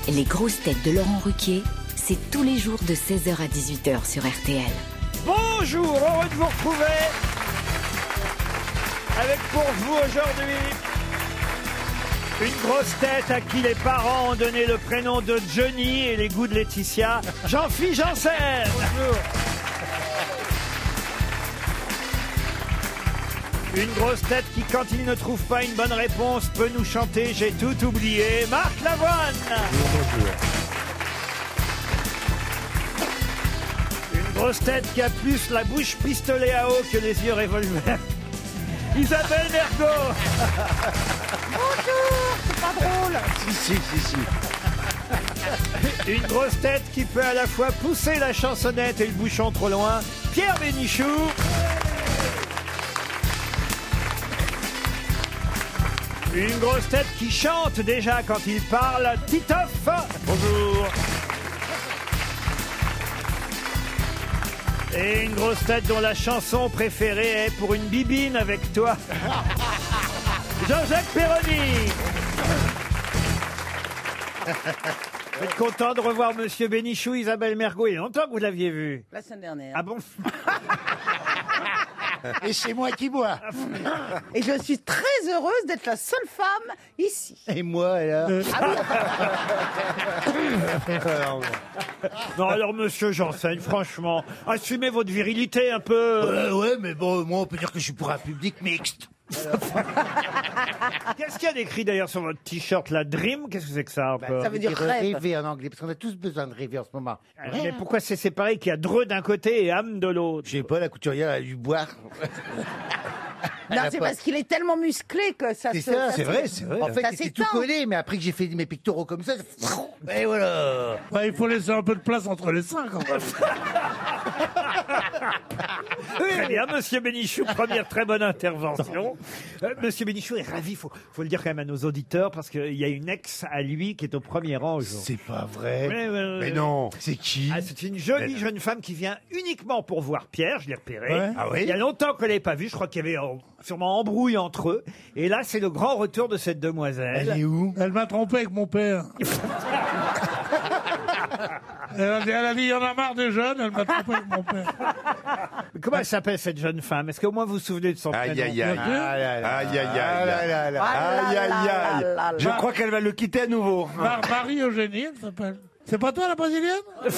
Les grosses têtes de Laurent Ruquier, c'est tous les jours de 16h à 18h sur RTL. Bonjour, heureux de vous retrouver avec pour vous aujourd'hui une grosse tête à qui les parents ont donné le prénom de Johnny et les goûts de Laetitia, Jean-Philippe Janssen. Bonjour. Une grosse tête qui, quand il ne trouve pas une bonne réponse, peut nous chanter « J'ai tout oublié », Marc Lavoine. Bonjour. Une grosse tête qui a plus la bouche pistolet à eau que les yeux revolver, Isabelle Mergo. Bonjour, c'est pas drôle. Si. Une grosse tête qui peut à la fois pousser la chansonnette et le bouchon trop loin, Pierre Bénichou. Une grosse tête qui chante déjà quand il parle, Titoff. Bonjour. Et une grosse tête dont la chanson préférée est Pour une bibine avec toi, Jean-Jacques Perroni. Vous êtes content de revoir Monsieur Bénichou, Isabelle Mergo? Il y a longtemps que vous l'aviez vu. La semaine dernière. Ah bon? Et c'est moi qui bois. Et je suis très heureuse d'être la seule femme ici. Et moi, alors Non, alors Monsieur Janssen, franchement, assumez votre virilité un peu. Ouais, mais bon, moi, on peut dire que je suis pour un public mixte. Qu'est-ce qu'il y a d'écrit d'ailleurs sur votre t-shirt, la Dream? Qu'est-ce que c'est que ça un peu? Ça veut dire rêve. Rêver en anglais, parce qu'on a tous besoin de rêver en ce moment. Mais pourquoi c'est séparé, qu'il y a Dreux d'un côté et âme de l'autre? Je sais pas, la couturière a dû boire. Non, c'est parce qu'il est tellement musclé que ça C'est se... ça, c'est vrai. En fait, Ça c'était s'étend. tout collé, mais après que j'ai fait mes pectoraux comme ça, et voilà. Ouais, il faut laisser un peu de place entre les seins quand même. Très bien, Monsieur Bénichou, première très bonne intervention. Monsieur Bénichou est ravi, faut le dire quand même à nos auditeurs, parce qu'il y a une ex à lui qui est au premier rang aujourd'hui. C'est pas vrai. Ouais. Mais non, c'est qui? Ah, c'est une jolie jeune femme qui vient uniquement pour voir Pierre, je l'ai repéré. Ouais. Ah oui? Il y a longtemps que je ne l'ai pas vu, je crois qu'il y avait sûrement embrouille entre eux. Et là, c'est le grand retour de cette demoiselle. Elle est où? Elle m'a trompé avec mon père. Elle a dit, il y en a marre des jeunes, elle m'a trompé avec mon père. Mais comment elle s'appelle cette jeune femme? Est-ce qu'au moins vous vous souvenez de son prénom? Bien sûr. Je crois qu'elle va le quitter à nouveau. Marie-Eugénie, elle s'appelle. C'est pas toi la brésilienne?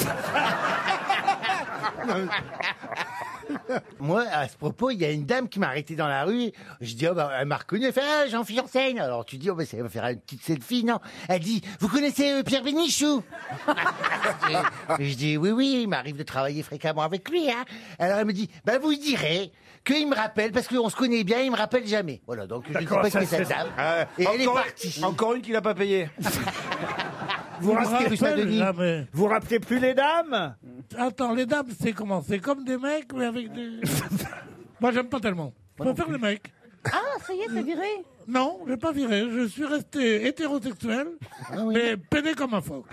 Moi, à ce propos, il y a une dame qui m'a arrêté dans la rue. Je dis, oh, bah, elle m'a reconnu. Elle fait, ah, Jean-Philippe Janssen. Alors tu dis, oh, bah, ça va faire une petite selfie, non? Elle dit, vous connaissez Pierre Bénichou? Et je dis, oui, il m'arrive de travailler fréquemment avec lui, hein. Alors elle me dit, bah, vous direz qu'il me rappelle, parce qu'on se connaît bien, il me rappelle jamais. Voilà, donc je ne sais D'accord, pas ça, qui est cette c'est- dame. Et elle est partie. Encore une qui l'a pas payé. Vous Parce que rappelez, Saint-Denis. Jamais. vous rappelez plus les dames? Attends, les dames, c'est comment? C'est comme des mecs, mais avec des... Moi, j'aime pas tellement. Je préfère les mecs. Ah, ça y est, t'as viré. Non, j'ai pas viré. Je suis resté hétérosexuel, mais pédé comme un phoque.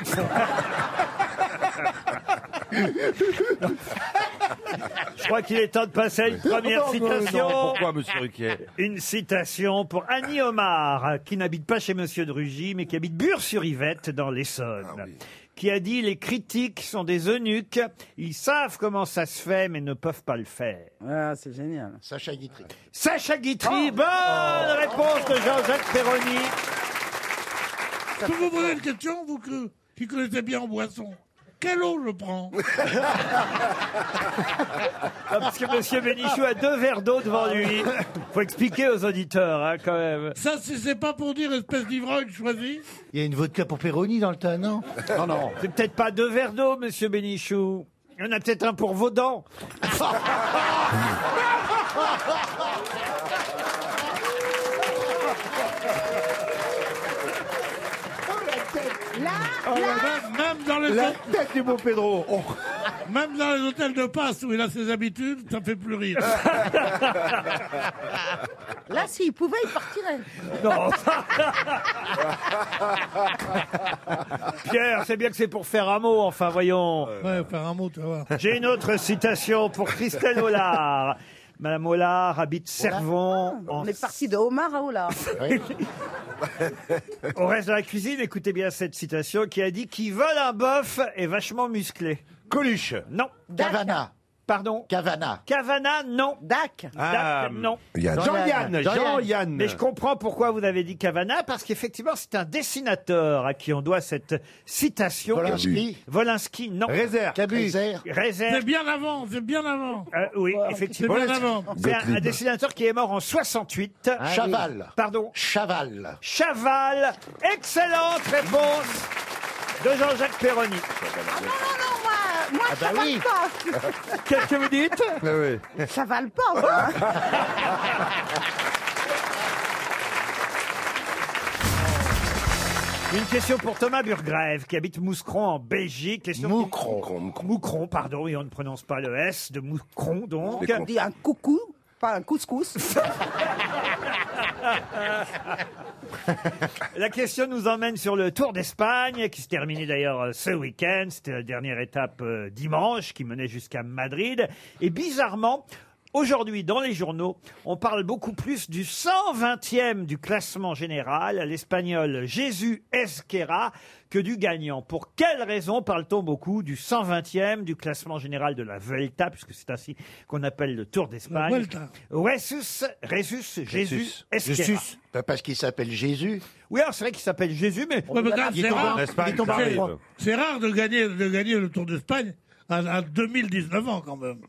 Je crois qu'il est temps de passer à une première citation. Pourquoi, monsieur Ruquier? Une citation pour Annie Omar, qui n'habite pas chez Monsieur de Rugy, mais qui habite Bure-sur-Yvette, dans l'Essonne. Qui a dit « Les critiques sont des eunuques, ils savent comment ça se fait, mais ne peuvent pas le faire. Ah, c'est génial. » Sacha Guitry. Sacha Guitry, bonne réponse de Jean-Jacques Perroni. Je peux vous poser une question, vous qui connaissez bien en boisson. Quelle eau je prends? Ah, parce que Monsieur Bénichou a 2 verres d'eau devant lui. Faut expliquer aux auditeurs, hein, quand même. Ça, c'est pas pour dire espèce d'ivrogne choisi. Il y a une vodka pour Péroni dans le tas, non? Non. C'est peut-être pas 2 verres d'eau, Monsieur Bénichou. Il y en a peut-être un pour vos dents. Même dans les La tête du beau Pedro. Oh. Même dans les hôtels de passe où il a ses habitudes, ça fait plus rire. Là, s'il pouvait, il partirait. Non. Pierre, c'est bien que c'est pour faire un mot, enfin, voyons. Ouais, faire un mot, tu vas voir. J'ai une autre citation pour Christelle Hollard. Madame Hollard habite Cervon. On est parti de Omar à Ola. Au reste de la cuisine, écoutez bien cette citation qui a dit « Qui vole un bœuf est vachement musclé ». Coluche. Non. Cavana. Pardon. Cavana. Cavana, non. Dac. Dac, non. Jean-Yann. Jean-Yann. Mais je comprends pourquoi vous avez dit Cavana, parce qu'effectivement, c'est un dessinateur à qui on doit cette citation. Volinsky. Volinsky, non. Réserve. Cabu. Réserve. C'est bien avant, c'est bien avant. Oui, C'est effectivement. bien avant. C'est un dessinateur qui est mort en 68. Chaval. Pardon. Chaval. Chaval. Excellente réponse de Jean-Jacques Perroni. Moi, Ah bah ça oui. vale pas. Qu'est-ce que vous dites? Ça vale pas, moi. Une question pour Thomas Burgrève, qui habite Mouscron en Belgique. Question Moucron, pardon, oui, on ne prononce pas le S de Moucron, donc. On dit un coucou, pas un couscous. La question nous emmène sur le Tour d'Espagne, qui se terminait d'ailleurs ce week-end. C'était la dernière étape dimanche, qui menait jusqu'à Madrid. Et bizarrement, aujourd'hui, dans les journaux, on parle beaucoup plus du 120e du classement général, l'Espagnol Jesús Esquerra, que du gagnant. Pour quelle raison parle-t-on beaucoup du 120e du classement général de la Vuelta, puisque c'est ainsi qu'on appelle le Tour d'Espagne? Jesús Esquerra. Parce qu'il s'appelle Jésus. Oui, alors c'est vrai qu'il s'appelle Jésus, mais Ouais, mais quand Il est c'est tombé rare, en- il est tombé en c'est- froid. c'est rare de gagner le Tour d'Espagne à 2019 ans quand même.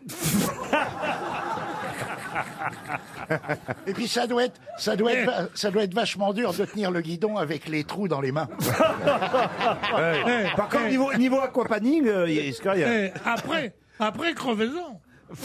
Et puis ça doit être vachement dur de tenir le guidon avec les trous dans les mains. Par contre, niveau aquapaning, il se rien. Et après crevaison.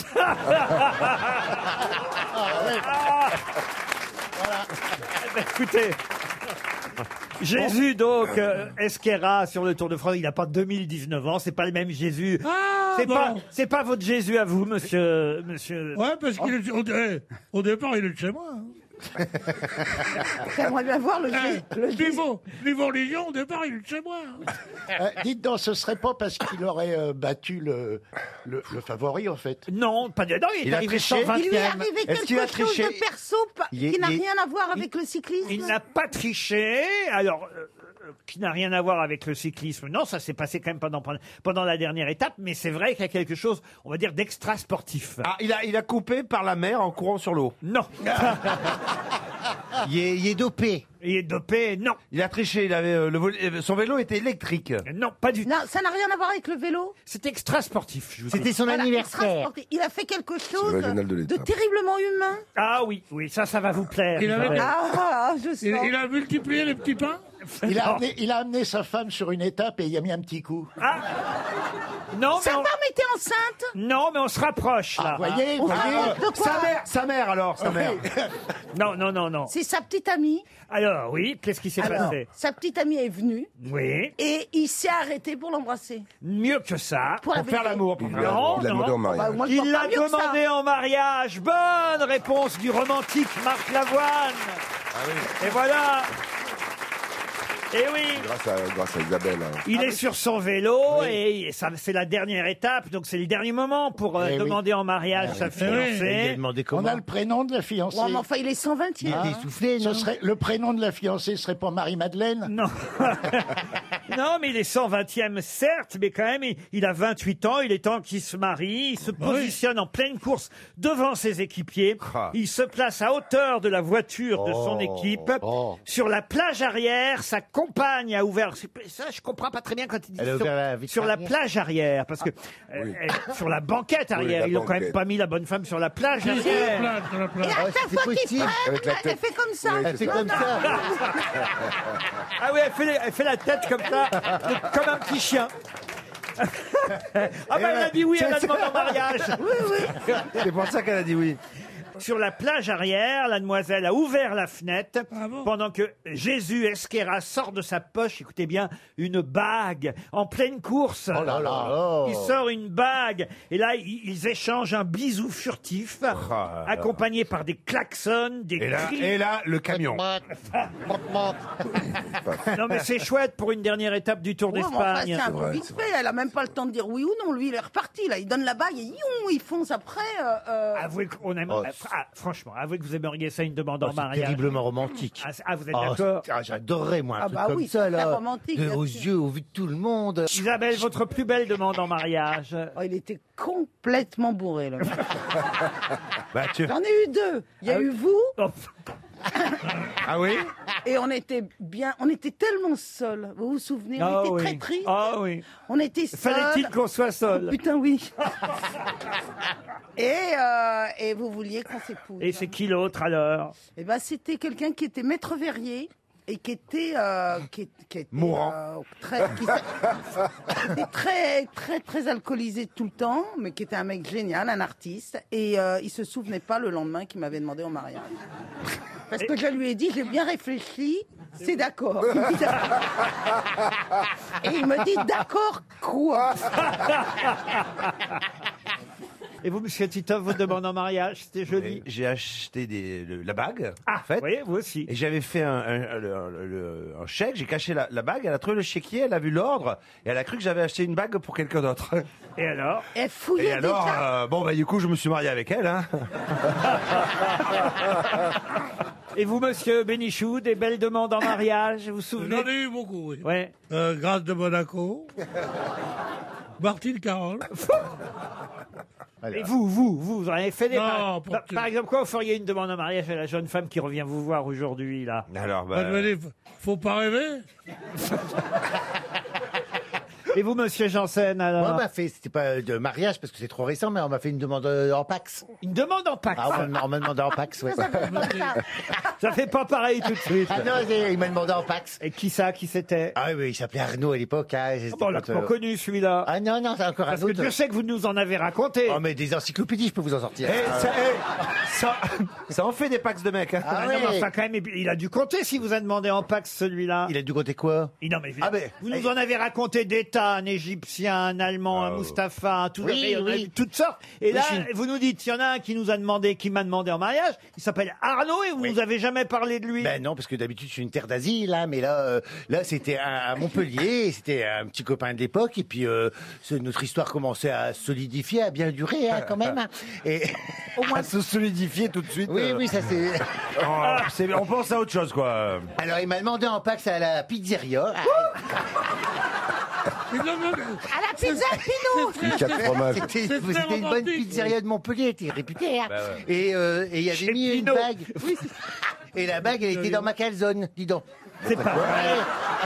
écoutez, Jésus, donc, Esquerra sur le Tour de France, il n'a pas 2019 ans, c'est pas le même Jésus. Ah, bon. C'est pas votre Jésus à vous, monsieur. Ouais, parce qu'il est au départ, il est de chez moi. Hein. J'aimerais bien voir le Niveau religion, au départ, il est de chez moi. Hein. Dites donc, ce serait pas parce qu'il aurait battu le favori, en fait. Non, pas de. Non, il est a arrivé triché. 120e. Il lui est arrivé Est-ce qu'il a quelque chose triché de perso qui n'a rien à voir avec le cyclisme. Il n'a pas triché. Alors, qui n'a rien à voir avec le cyclisme. Non, ça s'est passé quand même pendant la dernière étape, mais c'est vrai qu'il y a quelque chose, on va dire, d'extra sportif. Ah, il a coupé par la mer en courant sur l'eau. Non. Il est dopé. Il est dopé, non. Il a triché. Son vélo était électrique. Non, pas du tout. Non, ça n'a rien à voir avec le vélo. C'est extra sportif, je vous dis. C'était son Voilà, anniversaire. extra-sportif. Il a fait quelque chose régional de l'État. de terriblement humain. Ah oui, ça va vous plaire. Il avait- Isabelle. Je sens. Il a multiplié les petits pains. Il a amené sa femme sur une étape et il a mis un petit coup. Non, Sa mais femme était enceinte. non, mais on se rapproche, là. Voyez, On se rapproche de quoi Sa mère alors, sa mère. Non. C'est sa petite amie. Alors, oui, qu'est-ce qui s'est Alors, passé? sa petite amie est venue Oui, et il s'est arrêté pour l'embrasser. mieux que ça. Pour la Pour faire baiser. l'amour. Non, Il l'a demandé en mariage. Bah, moi, je Il pense l'a pas mieux que ça. demandé en mariage. Bonne réponse du romantique Marc Lavoine. Et voilà. Et oui. Grâce à Isabelle. hein. Il est sur son vélo et ça, c'est la dernière étape, donc c'est le dernier moment pour Eh oui. demander en mariage sa fiancée. On a le prénom de la fiancée. Ouais, mais enfin, il est 120e. Ah. hein. Ce serait, le prénom de la fiancée serait pas Marie-Madeleine? Non. Non, mais il est 120e, certes, mais quand même, il a 28 ans, il est temps qu'il se marie, il se positionne en pleine course devant ses équipiers, il se place à hauteur de la voiture de son équipe, sur la plage arrière, sa compagne a ouvert, ça je comprends pas très bien quand il dit Elle a ouvert la vitre sur la arrière. plage arrière, parce que sur la banquette arrière, la ils ont quand même banquette. pas mis la bonne femme sur la plage Sur la arrière. plage, sur la Et plage. à chaque fois qu'il freine, Avec la elle tête. fait comme ça. Oui, Elle fait ça. comme ça. Ah oui, elle fait la tête comme ça, comme un petit chien. Ah bah elle a dit oui, elle a demandé en mariage. C'est pour ça qu'elle a dit oui. Sur la plage arrière, la demoiselle a ouvert la fenêtre Ah bon pendant que Jésus Esquerra sort de sa poche, écoutez bien, une bague en pleine course. Oh là là. Il sort une bague et là ils échangent un bisou furtif accompagné par des klaxons, des cris. Et là, le camion. Non mais c'est chouette pour une dernière étape du Tour Ouais, mais enfin, d'Espagne. c'est un peu vite fait. Elle a même pas le temps de dire oui ou non. Lui, il est reparti. Là, il donne la bague et il fonce après. Avouez qu'on aime. Franchement, avouez que vous aimeriez ça une demande Oh, en c'est mariage. terriblement romantique. Vous êtes d'accord? J'adorerais, moi, un Ah truc bah comme oui, ça, c'est là. très romantique, bien Aux sûr. yeux, au vu de tout le monde. Isabelle, votre plus belle demande en mariage. Oh, il était complètement bourré. Là. Bah, J'en ai eu deux. Il y a eu vous Oh, Ah oui? et on était tellement seuls. Vous vous souvenez? On était très tristes. Ah oui. On était seuls. Fallait-il qu'on soit seul? Putain, oui. Et vous vouliez qu'on s'épouse. Et c'est qui l'autre alors? Eh ben, c'était quelqu'un qui était maître verrier et qui était Mourant. qui était très alcoolisé tout le temps, mais qui était un mec génial, un artiste, et il se souvenait pas le lendemain qu'il m'avait demandé en mariage. Parce que je lui ai dit, j'ai bien réfléchi, c'est d'accord. Il me dit d'accord. Et il me dit d'accord quoi? Et vous, monsieur Titoff, votre demande en mariage, c'était joli? J'ai acheté la bague, Ah, en fait. oui, vous aussi. Et j'avais fait un chèque, j'ai caché la bague, elle a trouvé le chéquier, elle a vu l'ordre, et elle a cru que j'avais acheté une bague pour quelqu'un d'autre. Et alors? Elle fouillait Et alors, déjà. du coup, je me suis marié avec elle, hein. Et vous, monsieur Bénichou, des belles demandes en mariage, vous vous souvenez? J'en ai eu beaucoup, oui. Ouais. Grâce de Monaco. Martine Carole. Et vous en avez fait des... Non, par exemple, quoi vous feriez une demande en mariage à la jeune femme qui revient vous voir aujourd'hui, là? Alors, Moi, je me dis, faut pas rêver. Et vous, monsieur Janssen, alors? Moi, on m'a fait, c'était pas de mariage parce que c'est trop récent, mais on m'a fait une demande en Pax. Une demande en Pax. Ah, on m'a demandé en Pax, ouais. Ça fait pas pareil tout de suite. Ah non, il m'a demandé en Pax. Et qui c'était? Ah oui, il s'appelait Arnaud à l'époque. Hein, On l'a pas connu, celui-là. Ah non, c'est encore Parce un que autre. je sais que vous nous en avez raconté. Oh, mais des encyclopédies, je peux vous en sortir. ça en fait des packs de mecs, hein. Ah Non, mais ouais. enfin, quand même, il a dû compter si vous a demandé en Pax, celui-là. Il a dû compter quoi? Non, mais Ah, mais- vous nous en avez raconté des tas, un Égyptien, un Allemand, un Mustapha, un tout Oui, il y en a oui. eu toutes sortes. Et là, Oui, vous nous dites, il y en a un qui m'a demandé en mariage, il s'appelle Arnaud et vous nous avez jamais parlé de lui. Ben non, parce que d'habitude je suis une terre d'asile, là, mais là c'était à Montpellier, c'était un petit copain de l'époque, et puis notre histoire commençait à se solidifier, à bien durer, hein, quand même. Et Au moins se solidifier tout de suite. oui, ça c'est. On pense à autre chose, quoi. Alors il m'a demandé en Pax à la pizzeria. Mais non, mais- À la pizza Pinot. Du 4 fromages. C'était C'est très une bonne romantique. pizzeria de Montpellier, était réputée. Hein. Et il y avait Chez mis une Pinot. bague. Oui. Et la bague, elle était dans ma calzone, dis donc. C'est pas vrai.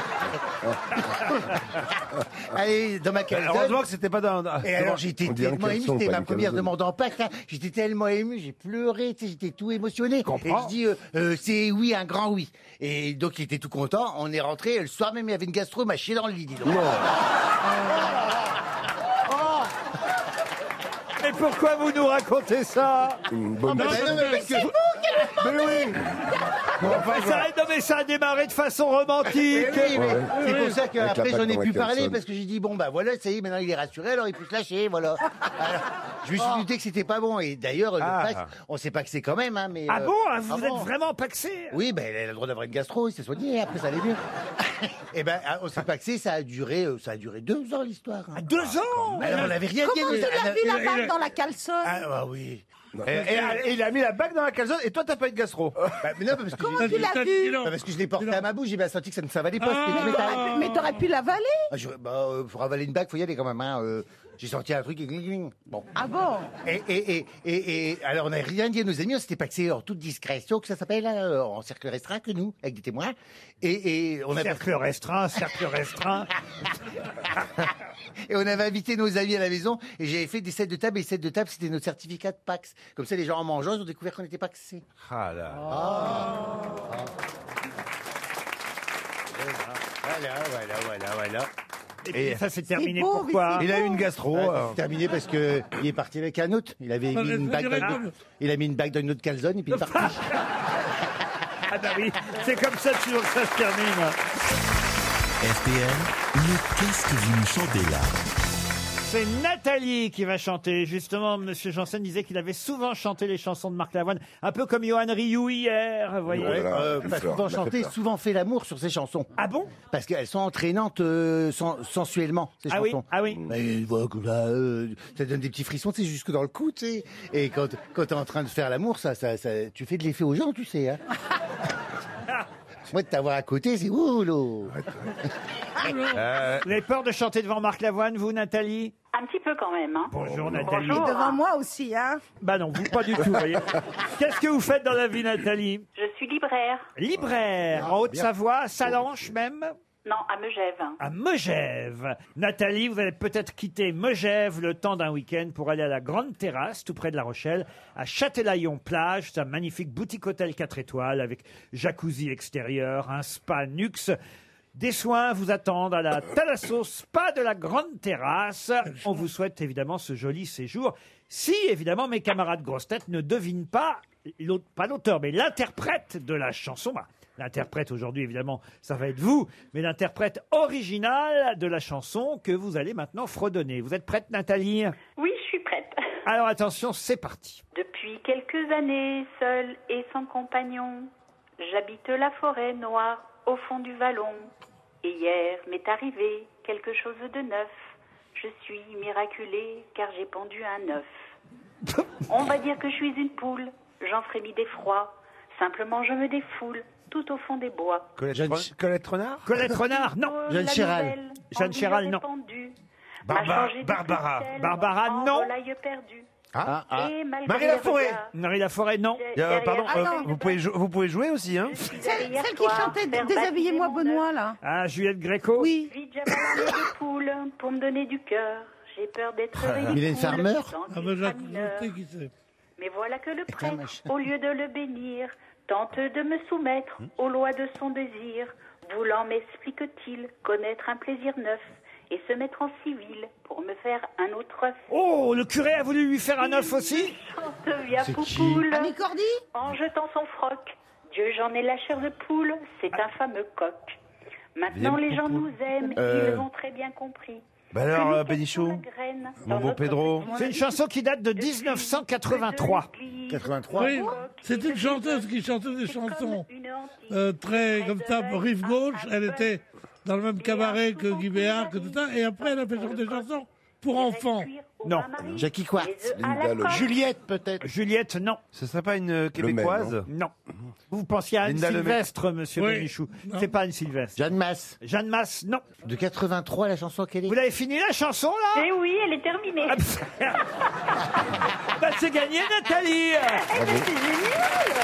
Allez, dans ma calzone. Heureusement que c'était pas dans. Et alors j'étais On dirait tellement un ému, caleçon, c'était pas ma une première calzone. demande en Pâques, hein. J'étais tellement ému, j'ai pleuré, tu sais, j'étais tout émotionné. comprends. Et je dis, c'est oui, un grand oui. Et donc il était tout content, on est rentré, le soir même il y avait une gastro, il m'a chié dans le lit, dis donc. Et pourquoi vous nous racontez ça? Une bonne Non, Ben non, mais parce que- Mais oui. Non, mais ça a démarré de façon romantique. Mais oui, mais Ouais. c'est pour ça Avec la qu'après j'en ai plaque plus dans la parlé calzone. parce que j'ai dit bon bah voilà ça y est maintenant il est rassuré alors il peut se lâcher voilà. Alors, je me suis douté que c'était pas bon et d'ailleurs le Ah. Pax, on sait pas que c'est quand même hein mais. Ah bon, vous ah êtes bon. vraiment paxé? Oui ben elle a le droit d'avoir une gastro il s'est soigné après ça allait mieux. Et ben on s'est paxé ça a duré 2 ans l'histoire. Hein. 2 ans. Alors on n'avait rien dit. Comment tu l'as vu la bague dans la caleçonne? Ah bah oui. Et il a mis la bague dans la calzone et toi t'as pas eu de gastro. Bah, mais non parce que Comment tu l'as vu? parce que je l'ai porté à ma bouche j'ai bien senti que ça ne s'avalait pas. Ah. C'était du métal. Mais t'aurais pu l'avaler. Pour avaler une bague, faut y aller quand même. Hein. J'ai senti un truc. Bon. Ah bon? Et alors, on n'a rien dit à nos amis. On s'était paxé en toute discrétion, que ça s'appelle, hein, en cercle restreint, que nous, avec des témoins. Et on a Cercle restreint, cercle restreint. et on avait invité nos amis à la maison. Et j'avais fait des sets de table. Et les sets de table, c'était notre certificat de Pax. Comme ça, les gens en mangeant, ils ont découvert qu'on était paxés. Ah là. Voilà. Et puis ça s'est terminé beau, pourquoi mais Il a eu une gastro. C'est terminé parce que il est parti avec un autre. Il avait mis une bague il a mis une bague dans une autre calzone et puis il est parti. Ah bah oui, c'est comme ça toujours que ça se termine. RTL, mais qu'est-ce que vous nous chantez là? C'est Nathalie qui va chanter. Justement, Monsieur Janssen disait qu'il avait souvent chanté les chansons de Marc Lavoine, un peu comme Johan Rioux hier, vous voyez. Voilà, Pas souvent il a fait chanté, peur. souvent fait l'amour sur ses chansons. Ah bon? Parce qu'elles sont entraînantes sensuellement, ces Ah oui, chansons. ah oui. Mais voilà, comme là, ça donne des petits frissons, tu sais, jusque dans le cou, tu sais. Et quand t'es en train de faire l'amour, tu fais de l'effet aux gens, tu sais. Hein. Moi, de t'avoir à côté, c'est ouh, l'eau. Vous avez peur de chanter devant Marc Lavoine, vous, Nathalie? Un petit peu quand même. Hein. Bonjour, Nathalie. Bonjour. Devant moi aussi, hein. Bah non, vous pas du tout, vous voyez. Qu'est-ce que vous faites dans la vie, Nathalie? Je suis libraire. Libraire, en Haute-Savoie, à Salanches même? Non, à Megève. À Megève. Nathalie, vous allez peut-être quitter Megève le temps d'un week-end pour aller à la Grande Terrasse, tout près de La Rochelle, à Châtelaillon-Plage. C'est un magnifique boutique-hôtel 4 étoiles avec jacuzzi extérieur, un spa Nux. Des soins vous attendent à la Thalasso Spa de la Grande Terrasse. On vous souhaite évidemment ce joli séjour. Si, évidemment, mes camarades grosses têtes ne devinent pas l'auteur, mais l'interprète de la chanson. Bah, l'interprète aujourd'hui, évidemment, ça va être vous, mais l'interprète original de la chanson que vous allez maintenant fredonner. Vous êtes prête, Nathalie? Oui, je suis prête. Alors attention, c'est parti. Depuis quelques années, seule et sans compagnon, j'habite la forêt noire au fond du vallon. Et hier m'est arrivé quelque chose de neuf. Je suis miraculée car j'ai pendu un œuf. On va dire que je suis une poule, j'en frémis d'effroi. Simplement je me défoule tout au fond des bois. Colette Renard? Colette Renard, non. Jeanne La Chéral. nouvelle, Jeanne en Chéral, douilleur non. épandue, Barbara- m'a changé de Barbara. Bruxelles Barbara, en non. volaille perdue. Et malgré Marie les Laforêt. regards, Marie Laforêt, non. derrière Pardon, elle, vous pouvez jouer aussi, hein? je suis allée hier Celle qui soir chantait faire Déshabillez-moi baptiser mon Benoît, œuf. là. Ah, Juliette Gréco. Oui. Vite, j'avale un œuf de poule pour me donner du cœur. J'ai peur d'être ridicule. Mylène Farmer. tant Ah qu'il ben sera Jacques, mineur. je sais qui c'est. Mais voilà que le un prêtre, machin. au lieu de le bénir, tente de me soumettre aux lois de son désir. Voulant, m'explique-t-il, connaître un plaisir neuf et se mettre en civil pour me faire un autre œuf. Oh, le curé a voulu lui faire un œuf aussi? Chante via C'est qui Poupoule, Annie Cordy. en jetant son froc. Dieu, j'en ai la chair de poule, c'est un fameux coq. Maintenant, Viens, les gens Poupoule. nous aiment, ils ont très bien compris. Bah Que alors, les Bénichou, questions la graine mon dans bon notre Pedro. petit C'est une chanson qui date de Depuis 1983. que de l'église, 83. Oui, coq, c'est une chanteuse qui chantait des c'est comme chansons une hantise. très comme ça, Très rive gauche. un Elle bœuf. était dans le même cabaret que Guy Béard, que tout ça. Et après, elle a fait chanter des chansons pour enfants. Non. Jackie Quartz. Linda Lemay. Juliette, peut-être. Juliette, non. Ce serait pas une québécoise? Non. Vous pensiez à Anne Linda Lemay. Sylvestre, monsieur Oui. Bénichou. Non. C'est pas Anne Sylvestre. Jeanne Masse. Jeanne Masse, non. De 83, la chanson qu'elle est. Vous l'avez fini la chanson, là? Eh oui, elle est terminée. Bah, c'est gagné, Nathalie. Eh ben, c'est génial.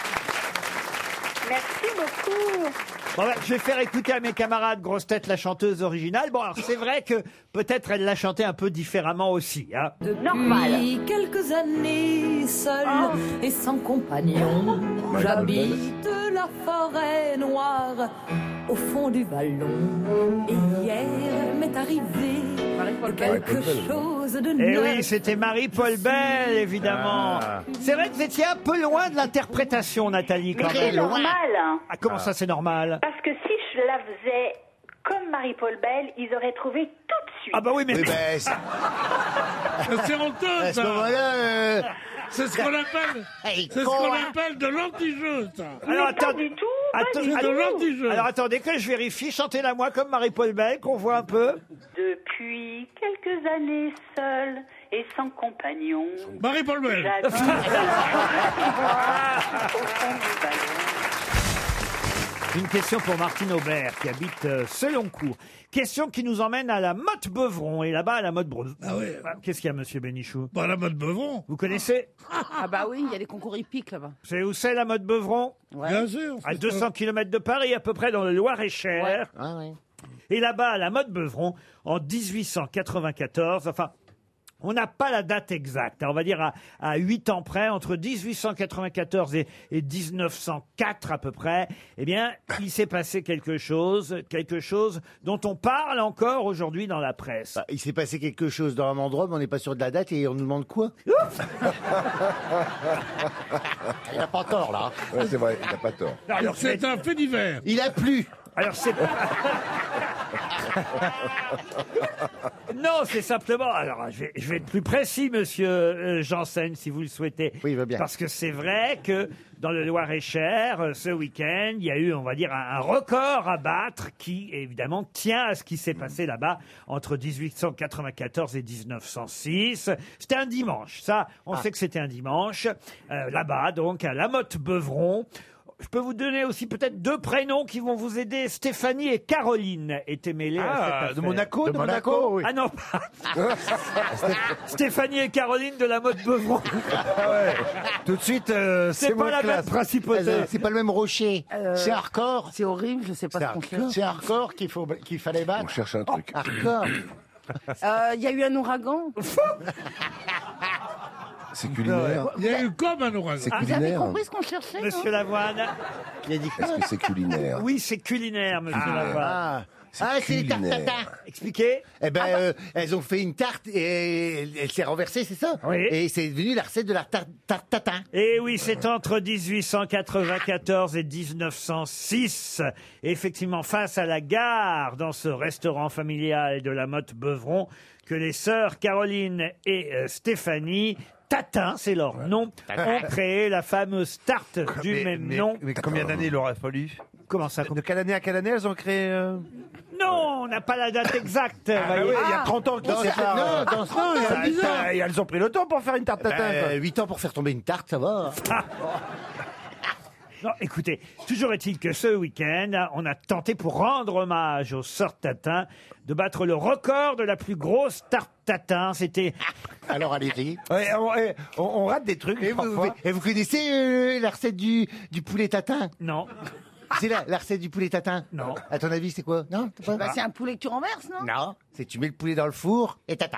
Merci beaucoup. Bon, bah, je vais faire écouter à mes camarades grosses têtes la chanteuse originale. Bon, alors c'est vrai que peut-être elle l'a chanté un peu différemment aussi. Hein. Depuis quelques années, seule et sans compagnon, j'habite la forêt noire au fond du vallon. Et hier m'est arrivé quelque chose de Eh neuf. oui, c'était Marie-Paul Bell, évidemment. C'est vrai que vous étiez un peu loin de l'interprétation, Nathalie, quand C'est même. normal. Hein. Ah, comment ça, c'est normal? Parce que si je la faisais comme Marie-Paul Bell, ils auraient trouvé tout de suite. Ah bah oui, mais... Oui, ben, C'est honteux, à ce ça. moment-là, C'est ce qu'on appelle, Hey, c'est ce con, qu'on hein. appelle de l'anti-jeu, ça. Alors, Mais pas du tout, pas Attends- du C'est tout. de l'anti-jeu. Alors attendez que je vérifie. Chantez-la moi comme Marie-Paul Bell, qu'on voit un peu. Depuis quelques années seule et sans compagnon, Marie-Paul Bell. j'habite au fond du vallon. Une question pour Martine Aubert, qui habite Seloncourt. Question qui nous emmène à la Motte-Beuvron. Et là-bas, à la Motte-Beuvron. Ah ouais. Qu'est-ce qu'il y a, monsieur Bénichou? Bah, la mode Beuvron. Vous connaissez? Ah bah oui, il y a des concours hippiques là-bas. Vous savez où c'est, la Motte-Beuvron? Bien sûr. À c'est 200 km de Paris, à peu près dans le Loir-et-Cher. Ah, ouais. Et là-bas, à la Motte-Beuvron, en 1894, enfin... On n'a pas la date exacte. On va dire à 8 ans près, entre 1894 et 1904 à peu près, eh bien, il s'est passé quelque chose dont on parle encore aujourd'hui dans la presse. Il s'est passé quelque chose dans un endroit, mais on n'est pas sûr de la date et on nous demande quoi. Il n'a pas tort, là. Ouais, c'est vrai, il n'a pas tort. Alors, C'est un fait divers. Il a plu. Alors c'est non, c'est simplement. Alors je vais être plus précis, monsieur Janssen, si vous le souhaitez. Oui, il va bien. Parce que c'est vrai que dans le Loir-et-Cher, ce week-end, il y a eu, on va dire, un record à battre qui, évidemment, tient à ce qui s'est passé là-bas entre 1894 et 1906. C'était un dimanche. Ça, on sait que c'était un dimanche. Là-bas, donc, à La Motte-Beuvron. Je peux vous donner aussi peut-être 2 prénoms qui vont vous aider. Stéphanie et Caroline étaient mêlées à cette affaire. De Monaco, oui. Ah non, pas. Stéphanie et Caroline de La Motte-Beuvron. Ah ouais. Tout de suite, C'est pas moins la même classe. principauté. C'est pas le même rocher. C'est hardcore. C'est horrible, je sais pas ce qu'on cherche. C'est hardcore qu'il fallait On battre. cherche un truc. Hardcore. Il y a eu un ouragan. C'est culinaire. Il y a eu comme un ouragan. C'est Vous avez culinaire. compris ce qu'on cherchait, non Monsieur Lavoine. Il a dit quoi? Est-ce que c'est culinaire? Oui, c'est culinaire, monsieur Lavoine. C'est les tartes culinaire. tatin. Expliquez. Eh ben, elles ont fait une tarte et elle s'est renversée, c'est ça? Oui. Et c'est devenu la recette de la tarte tatin. Et oui, c'est entre 1894 et 1906. Et effectivement, face à la gare, dans ce restaurant familial de La Motte-Beuvron, que les sœurs Caroline et Stéphanie Tatin, c'est leur nom, ont créé la fameuse tarte du même nom. Mais combien d'années il aura fallu? Comment ça? De quelle année à quelle année elles ont créé Non, on n'a pas la date exacte. voyez. oui, il y a 30 ans qu'ils séparent. Non, dans ce temps, il y a 10 ans. Et elles ont pris le temps pour faire une tarte tatin. quoi. 8 ans pour faire tomber une tarte, ça va. Non, écoutez, toujours est-il que ce week-end, on a tenté pour rendre hommage aux sœurs Tatin de battre le record de la plus grosse tarte tatin. C'était... Alors allez-y. Ouais, on rate des trucs. Et parfois. vous connaissez la recette du poulet tatin? Non. C'est la recette du poulet tatin? Non. À ton avis, c'est quoi? Non, t'as pas? Bah, c'est un poulet que tu renverses, non? Non, c'est tu mets le poulet dans le four et tatin.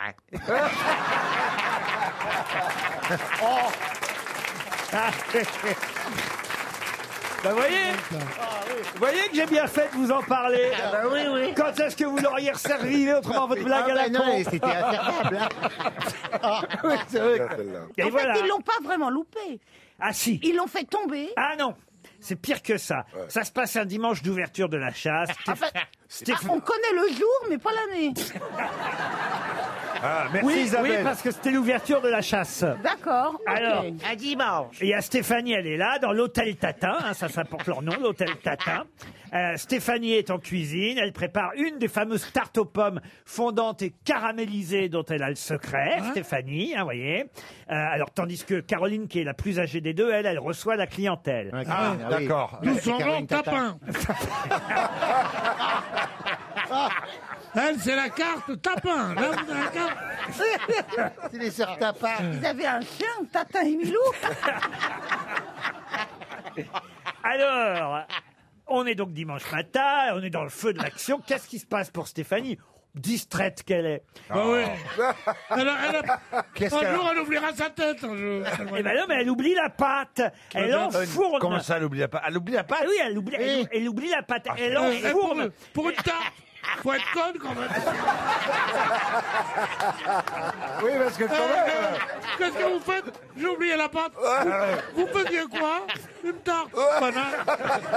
Bah, vous voyez que j'ai bien fait de vous en parler. oui, oui. Quand est-ce que vous l'auriez resservi autrement votre blague à la non, con? c'était infernable. Hein. Oui, c'est vrai. Et En voilà. fait, ils l'ont pas vraiment loupé. Ah si. Ils l'ont fait tomber. Ah non. C'est pire que ça. Ça se passe un dimanche d'ouverture de la chasse. On connaît le jour, mais pas l'année. Ah, merci Oui, Isabelle. oui, parce que c'était l'ouverture de la chasse. D'accord. ok. Alors, Un dimanche. et il y a Stéphanie, elle est là, dans l'hôtel Tatin, hein, ça porte leur nom, l'hôtel Tatin. Stéphanie est en cuisine, elle prépare une des fameuses tartes aux pommes fondantes et caramélisées dont elle a le secret, Stéphanie, vous voyez. Alors, tandis que Caroline, qui est la plus âgée des deux, elle reçoit la clientèle. Ah, d'accord. Nous C'est sommes Caroline tapin. Elle, c'est la carte tapin. Là, vous avez la carte. C'est les sœurs Tapin. Ils avaient un chien, Tatin et Milou. Alors, on est donc dimanche matin, on est dans le feu de l'action. Qu'est-ce qui se passe pour Stéphanie? Distraite qu'elle est. Bah oui. Un jour, elle oubliera sa tête. Un jour. Eh ben non, mais elle oublie la pâte. Elle enfourne. Comment ça, elle oublie la pâte? Elle oublie la pâte? Ah oui, elle oublie la pâte. Elle Eh, enfourne. pour une tarte, faut être conne quand même. Oui, parce que quand même. Qu'est-ce que vous faites? J'ai oublié la pâte. Vous faisiez quoi? Une tarte. Connard.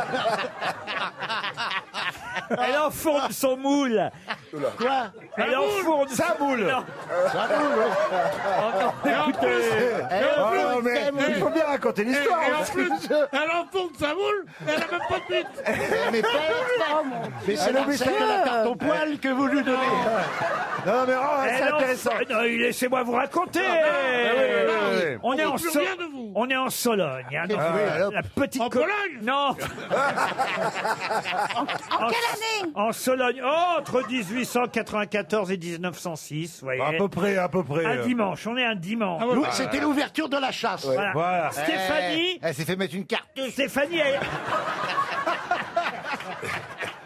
Elle enfourne son moule. Quoi? Elle enfourne Sa moule. Non. Et en plus, Oh, mais il faut bien raconter l'histoire. et en parce que plus, je- elle enfourne sa moule, elle a même pas de bite. Mais pas Mais c'est la recette de la tarte au poil que vous lui donnez. Non, mais oh, c'est Elle intéressant. enfourne- Non, laissez-moi vous raconter. oui. On est en plus rien de vous. On est en Sologne. Hein, dans la petite En Pologne? Non. En quelle année? En Sologne, entre 1894 et 1906, vous voyez. À peu près, à peu près. Un dimanche, on est un dimanche. Ah ouais. C'était l'ouverture de la chasse. Voilà. Voilà. Stéphanie, Elle s'est fait mettre une cartouche. Stéphanie, elle...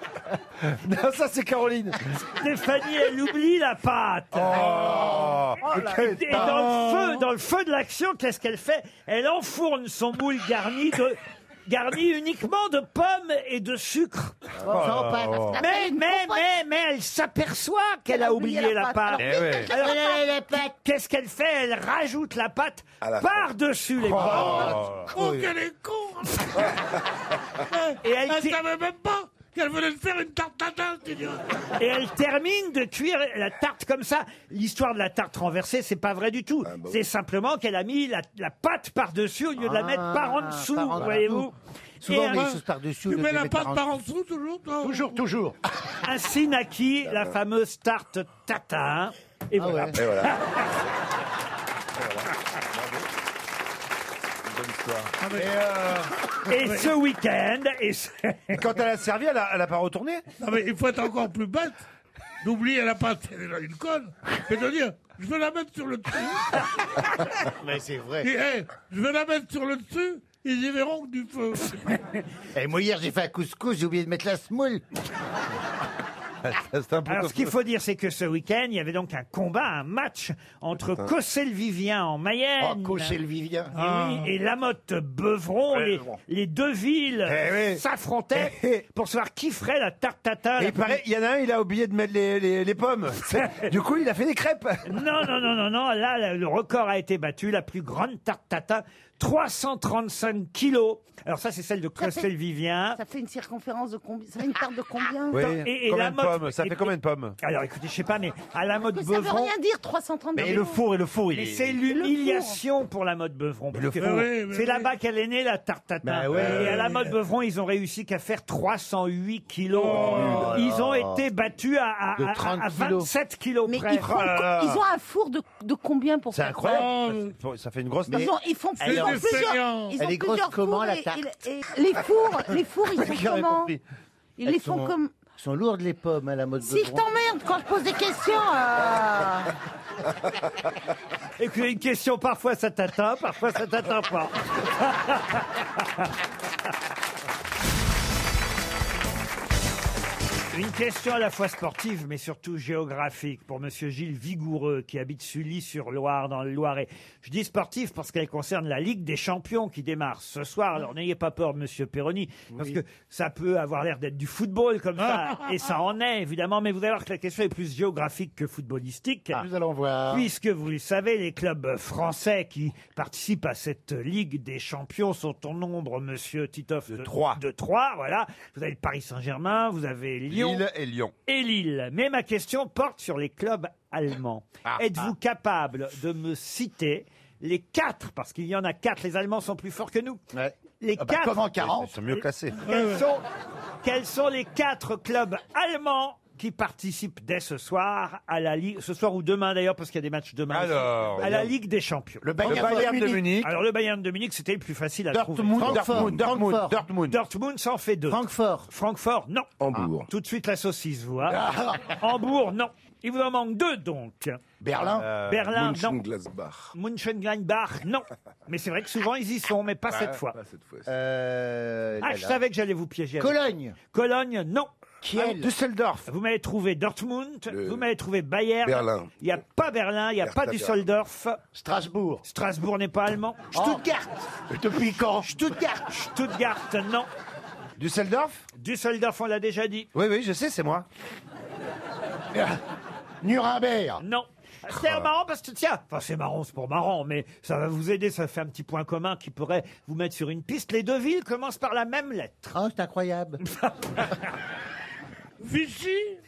Non, ça, c'est Caroline. Stéphanie, elle oublie la pâte. Oh. Oh Et dans le feu de l'action, qu'est-ce qu'elle fait? Elle enfourne son moule garni uniquement de pommes et de sucre. Mais elle s'aperçoit qu'elle a oublié la pâte. Alors, qu'est-ce qu'elle fait? Elle rajoute la pâte par-dessus les pommes. Oh, qu'elle est con. Et elle savait même pas qu'elle venait de faire une tarte tatin, cette idiote. Et elle termine de cuire la tarte comme ça. L'histoire de la tarte renversée, c'est pas vrai du tout. C'est simplement qu'elle a mis la pâte par-dessus au lieu de la mettre par en dessous, voyez-vous. Souvent, on met les choses par-dessus. Tu mets la pâte par en dessous, toujours, toi? Toujours. Ainsi naquit la fameuse tarte tatin. Et voilà. Et voilà. Et ce week-end... Quand elle a servi, elle a pas retourné? Non, mais il faut être encore plus bête d'oublier la pâte, elle est une conne, et de dire, je vais la mettre sur le dessus. Mais c'est vrai. Et, je vais la mettre sur le dessus, ils y verront que du feu. Et moi, hier, j'ai fait un couscous, j'ai oublié de mettre la semoule. Alors, ce qu'il faut dire, c'est que ce week-end, il y avait donc un combat, un match entre Cossé-le-Vivien en Mayenne. Oh, Cossé-le-Vivien. Et Lamotte-Beuvron. Les deux villes s'affrontaient pour savoir qui ferait la tarte tatin. Et il paraît, il y en a un, il a oublié de mettre les pommes. Du coup, il a fait des crêpes. Non. Là, le record a été battu. La plus grande tarte tatin, 335 kilos. Alors ça, c'est celle de Cossé-le-Vivien. Ça fait une circonférence de combien? Ça fait une tarte de combien? Oui. Et Combien la de mode- pommes? Ça fait combien de pommes? Alors écoutez, je sais pas, mais à la mode Mais ça veut Beuvron... rien dire, 330 Et le four, il Mais est... c'est l'humiliation pour la mode Beuvron. parce que c'est là-bas qu'elle est née, la tarte tatin. Et à la mode Beuvron, ils ont réussi qu'à faire 308 kilos. Ils ont été battus à 27 kilos Mais près. ils ont un four de combien pour C'est faire incroyable. Ça fait une grosse tarte. Ils font plusieurs. Elle est grosse comment, la tarte? Les fours, ils font comment? Ils les font comme. Sont lourdes les pommes à la mode Si je t'emmerde quand je pose des questions. Et puis une question, parfois ça t'atteint, parfois ça t'atteint pas. Une question à la fois sportive, mais surtout géographique, pour Monsieur Gilles Vigoureux, qui habite Sully-sur-Loire, dans le Loiret. Je dis sportive parce qu'elle concerne la Ligue des Champions qui démarre ce soir. Alors n'ayez pas peur, Monsieur Perroni, parce que ça peut avoir l'air d'être du football comme ça, et ça en est, évidemment, mais vous allez voir que la question est plus géographique que footballistique. Nous allons voir. Puisque vous le savez, les clubs français qui participent à cette Ligue des Champions sont au nombre, Monsieur Titoff, de trois, voilà. Vous avez le Paris Saint-Germain, vous avez Lyon. Et Lille. Mais ma question porte sur les clubs allemands. Êtes-vous capable de me citer les 4, parce qu'il y en a 4, les Allemands sont plus forts que nous. Les 4. Comment 40? Ils sont mieux classés. Quels sont les 4 clubs allemands qui participent dès ce soir à la Ligue, ce soir ou demain d'ailleurs, parce qu'il y a des matchs demain, à la Ligue des Champions. Le Bayern de Munich. Alors le Bayern de Munich, c'était le plus facile à trouver. Dortmund, ça en fait 2. Francfort, non. Hambourg. Tout de suite la saucisse, vous. Hambourg, non. Il vous en manque 2 donc. Berlin. Berlin, non. Mönchengladbach. Mönchengladbach, non. Mais c'est vrai que souvent ils y sont, mais pas cette fois. Pas cette fois. Je savais que j'allais vous piéger. Cologne. Cologne, non. Kiel. Düsseldorf. Vous m'avez trouvé Dortmund, vous m'avez trouvé Bayern. Berlin. Il n'y a pas Berlin, il n'y a pas Düsseldorf. Strasbourg. Strasbourg n'est pas allemand. Stuttgart. Depuis quand? Stuttgart, non. Düsseldorf. Düsseldorf, on l'a déjà dit. Oui, je sais, c'est moi. Nuremberg. Non. C'est marrant parce que, tiens, enfin c'est marrant, c'est pour marrant, mais ça va vous aider, ça fait un petit point commun qui pourrait vous mettre sur une piste. Les 2 villes commencent par la même lettre. Oh, c'est incroyable. Vichy.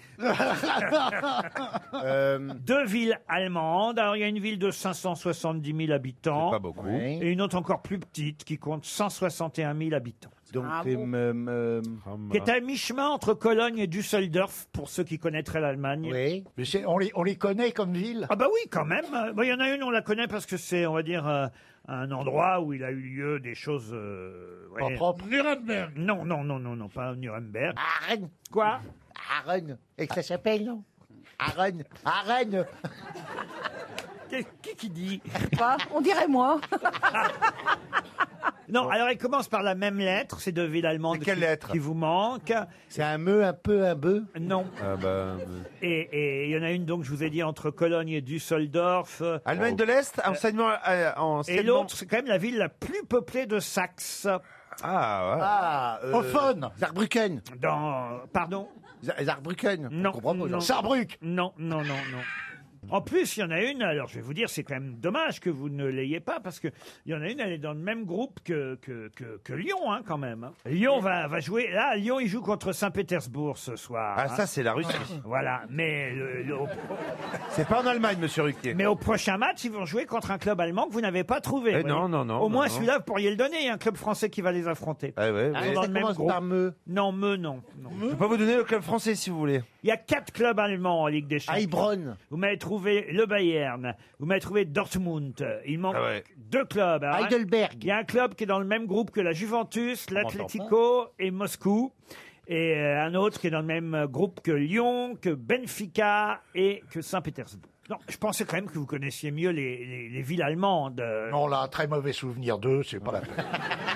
2 villes allemandes. Alors il y a une ville de 570 000 habitants. Pas beaucoup. Et une autre encore plus petite qui compte 161 000 habitants. Donc, Qui est à mi-chemin entre Cologne et Düsseldorf, pour ceux qui connaîtraient l'Allemagne. oui. Mais on les connaît comme ville. Ah bah oui, quand même. Il y en a une, on la connaît parce que c'est, on va dire, un endroit où il a eu lieu des choses... Pas propre. Nuremberg. Non, pas Nuremberg. Arène. Quoi? Arène. Et que ça s'appelle, non? Arène. Qui dit? Pas, on dirait moi. Non, alors il commence par la même lettre, ces deux villes allemandes quelle lettre qui vous manquent. C'est un me, un peu, un bœuf. Non. Et il y en a une, donc, je vous ai dit, entre Cologne et Düsseldorf. Allemagne de l'Est, enseignement Et enseignement- l'autre, c'est quand même la ville la plus peuplée de Saxe. Ah, ouais. Ophone, Saarbrücken. Pardon Saarbrücken. Non. On comprend pas, non. Saarbrück. Non. En plus, il y en a une, alors je vais vous dire, c'est quand même dommage que vous ne l'ayez pas, parce qu'il y en a une, elle est dans le même groupe que Lyon, hein, quand même. Lyon va jouer, là, Lyon, il joue contre Saint-Pétersbourg ce soir. Ah, ça, c'est la Russie. Voilà, mais C'est pas en Allemagne, monsieur Ruquier. mais au prochain match, ils vont jouer contre un club allemand que vous n'avez pas trouvé. Eh vous non, voyez. non, non, Au moins, non, non. celui-là, vous pourriez le donner, il y a un club français qui va les affronter. Ah, ouais, Ils sont ouais. dans Ça le même commence groupe. par me. Non, non. Je peux vous donner le club français, si vous voulez. Il y a 4 clubs allemands en Ligue des Champions. Heilbronn. Vous m'avez trouvé le Bayern, vous m'avez trouvé Dortmund. Il manque 2 clubs. Alors, Heidelberg. il y a un club qui est dans le même groupe que la Juventus, l'Atlético et Moscou. Et un autre qui est dans le même groupe que Lyon, que Benfica et que Saint-Pétersbourg. Non, je pensais quand même que vous connaissiez mieux les villes allemandes. Non, là, un très mauvais souvenir d'eux, c'est pas la peine.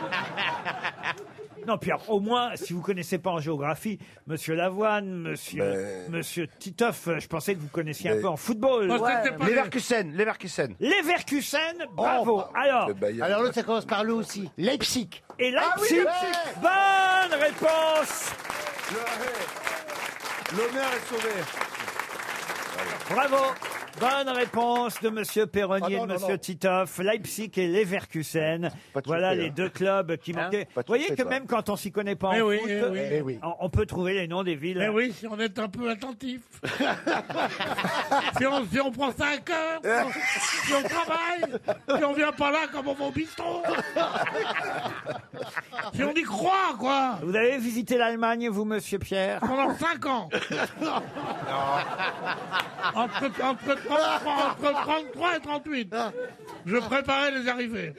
Non, puis alors, au moins, si vous connaissez pas en géographie, Monsieur Lavoine, Monsieur Titoff, je pensais que vous connaissiez un peu en football. Leverkusen. Leverkusen, bravo. Alors l'autre, ça commence par le aussi. Leipzig. Et Leipzig, bonne réponse. L'honneur est sauvé. Bravo. Bonne réponse de Monsieur Perroni et de Monsieur Titoff. Leipzig et Leverkusen. Voilà les deux clubs qui manquaient. Vous voyez que même quand on s'y connaît pas en foot, on peut trouver les noms des villes. Mais oui, si on est un peu attentif. si on prend ça à cœur, si on travaille, si on vient pas là comme on va au bistrot. Si on y croit, quoi. Vous avez visité l'Allemagne, vous, Monsieur Pierre? Pendant 5 ans. Entre 33 et 38. Je préparais les arrivées.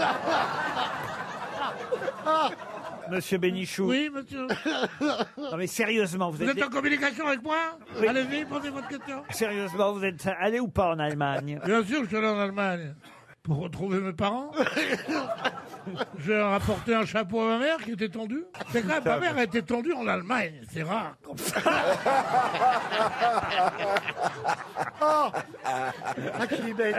Monsieur Bénichou. Oui, monsieur. Non mais sérieusement, Vous êtes en communication avec moi? Oui. Allez-y, posez votre question. Sérieusement, vous êtes allé ou pas en Allemagne? Bien sûr que je suis allé en Allemagne. Pour retrouver mes parents. J'ai rapporté un chapeau à ma mère qui était tendu. C'est quand même, ma mère a été tendue en Allemagne. C'est rare. Comme ça. qu'il est bête.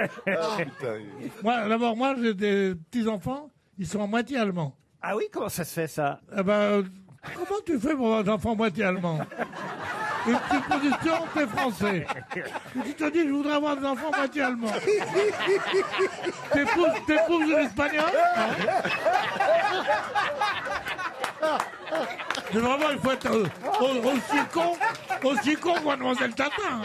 Moi, j'ai des petits-enfants, ils sont à moitié allemands. Ah oui, comment ça se fait ça? Comment tu fais pour avoir des enfants moitié allemands? Une petite position, t'es français. Et tu te dis, je voudrais avoir des enfants moitié allemands. T'épouses une espagnole? Mais vraiment, il faut être aussi con que Mademoiselle Tatin.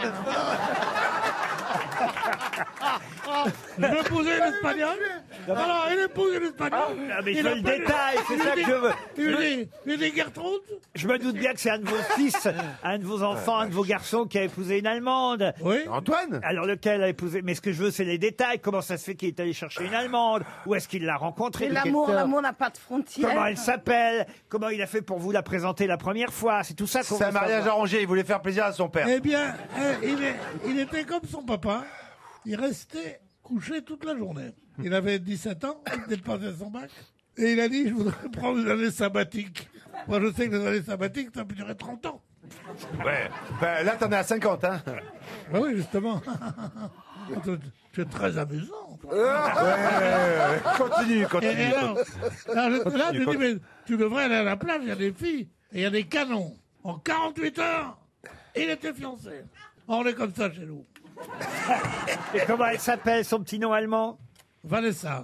Je veux épouser une espagnole. Alors, il épouse une espagnole. Ah, mais je veux le détail, c'est ça que je veux. Il dit Gertrude. Je me doute bien que c'est un de vos fils, un de vos enfants, un de vos garçons qui a épousé une Allemande. Oui. Antoine. Alors lequel a épousé? Mais ce que je veux, c'est les détails. Comment ça se fait qu'il est allé chercher une Allemande? Où est-ce qu'il l'a rencontrée? Mais l'amour n'a pas de frontières. Comment elle s'appelle? Comment il a fait pour vous la présenter la première fois? C'est tout ça qu'on C'est un veut mariage savoir. arrangé, il voulait faire plaisir à son père. Eh bien, il était comme son papa. Il restait couché toute la journée. Il avait 17 ans, il venait de passer son bac. Et il a dit, je voudrais prendre une année sabbatique. Moi, je sais que les années sabbatiques, ça peut durer 30 ans. Ouais. Ben, là, t'en es à 50, hein. Ben oui, justement. Tu es très amusant. Continue. Et alors, là, je dis, mais tu devrais aller à la plage, il y a des filles, et il y a des canons. En 48 heures, il était fiancé. On est comme ça chez nous. Et comment elle s'appelle, son petit nom allemand? Vanessa.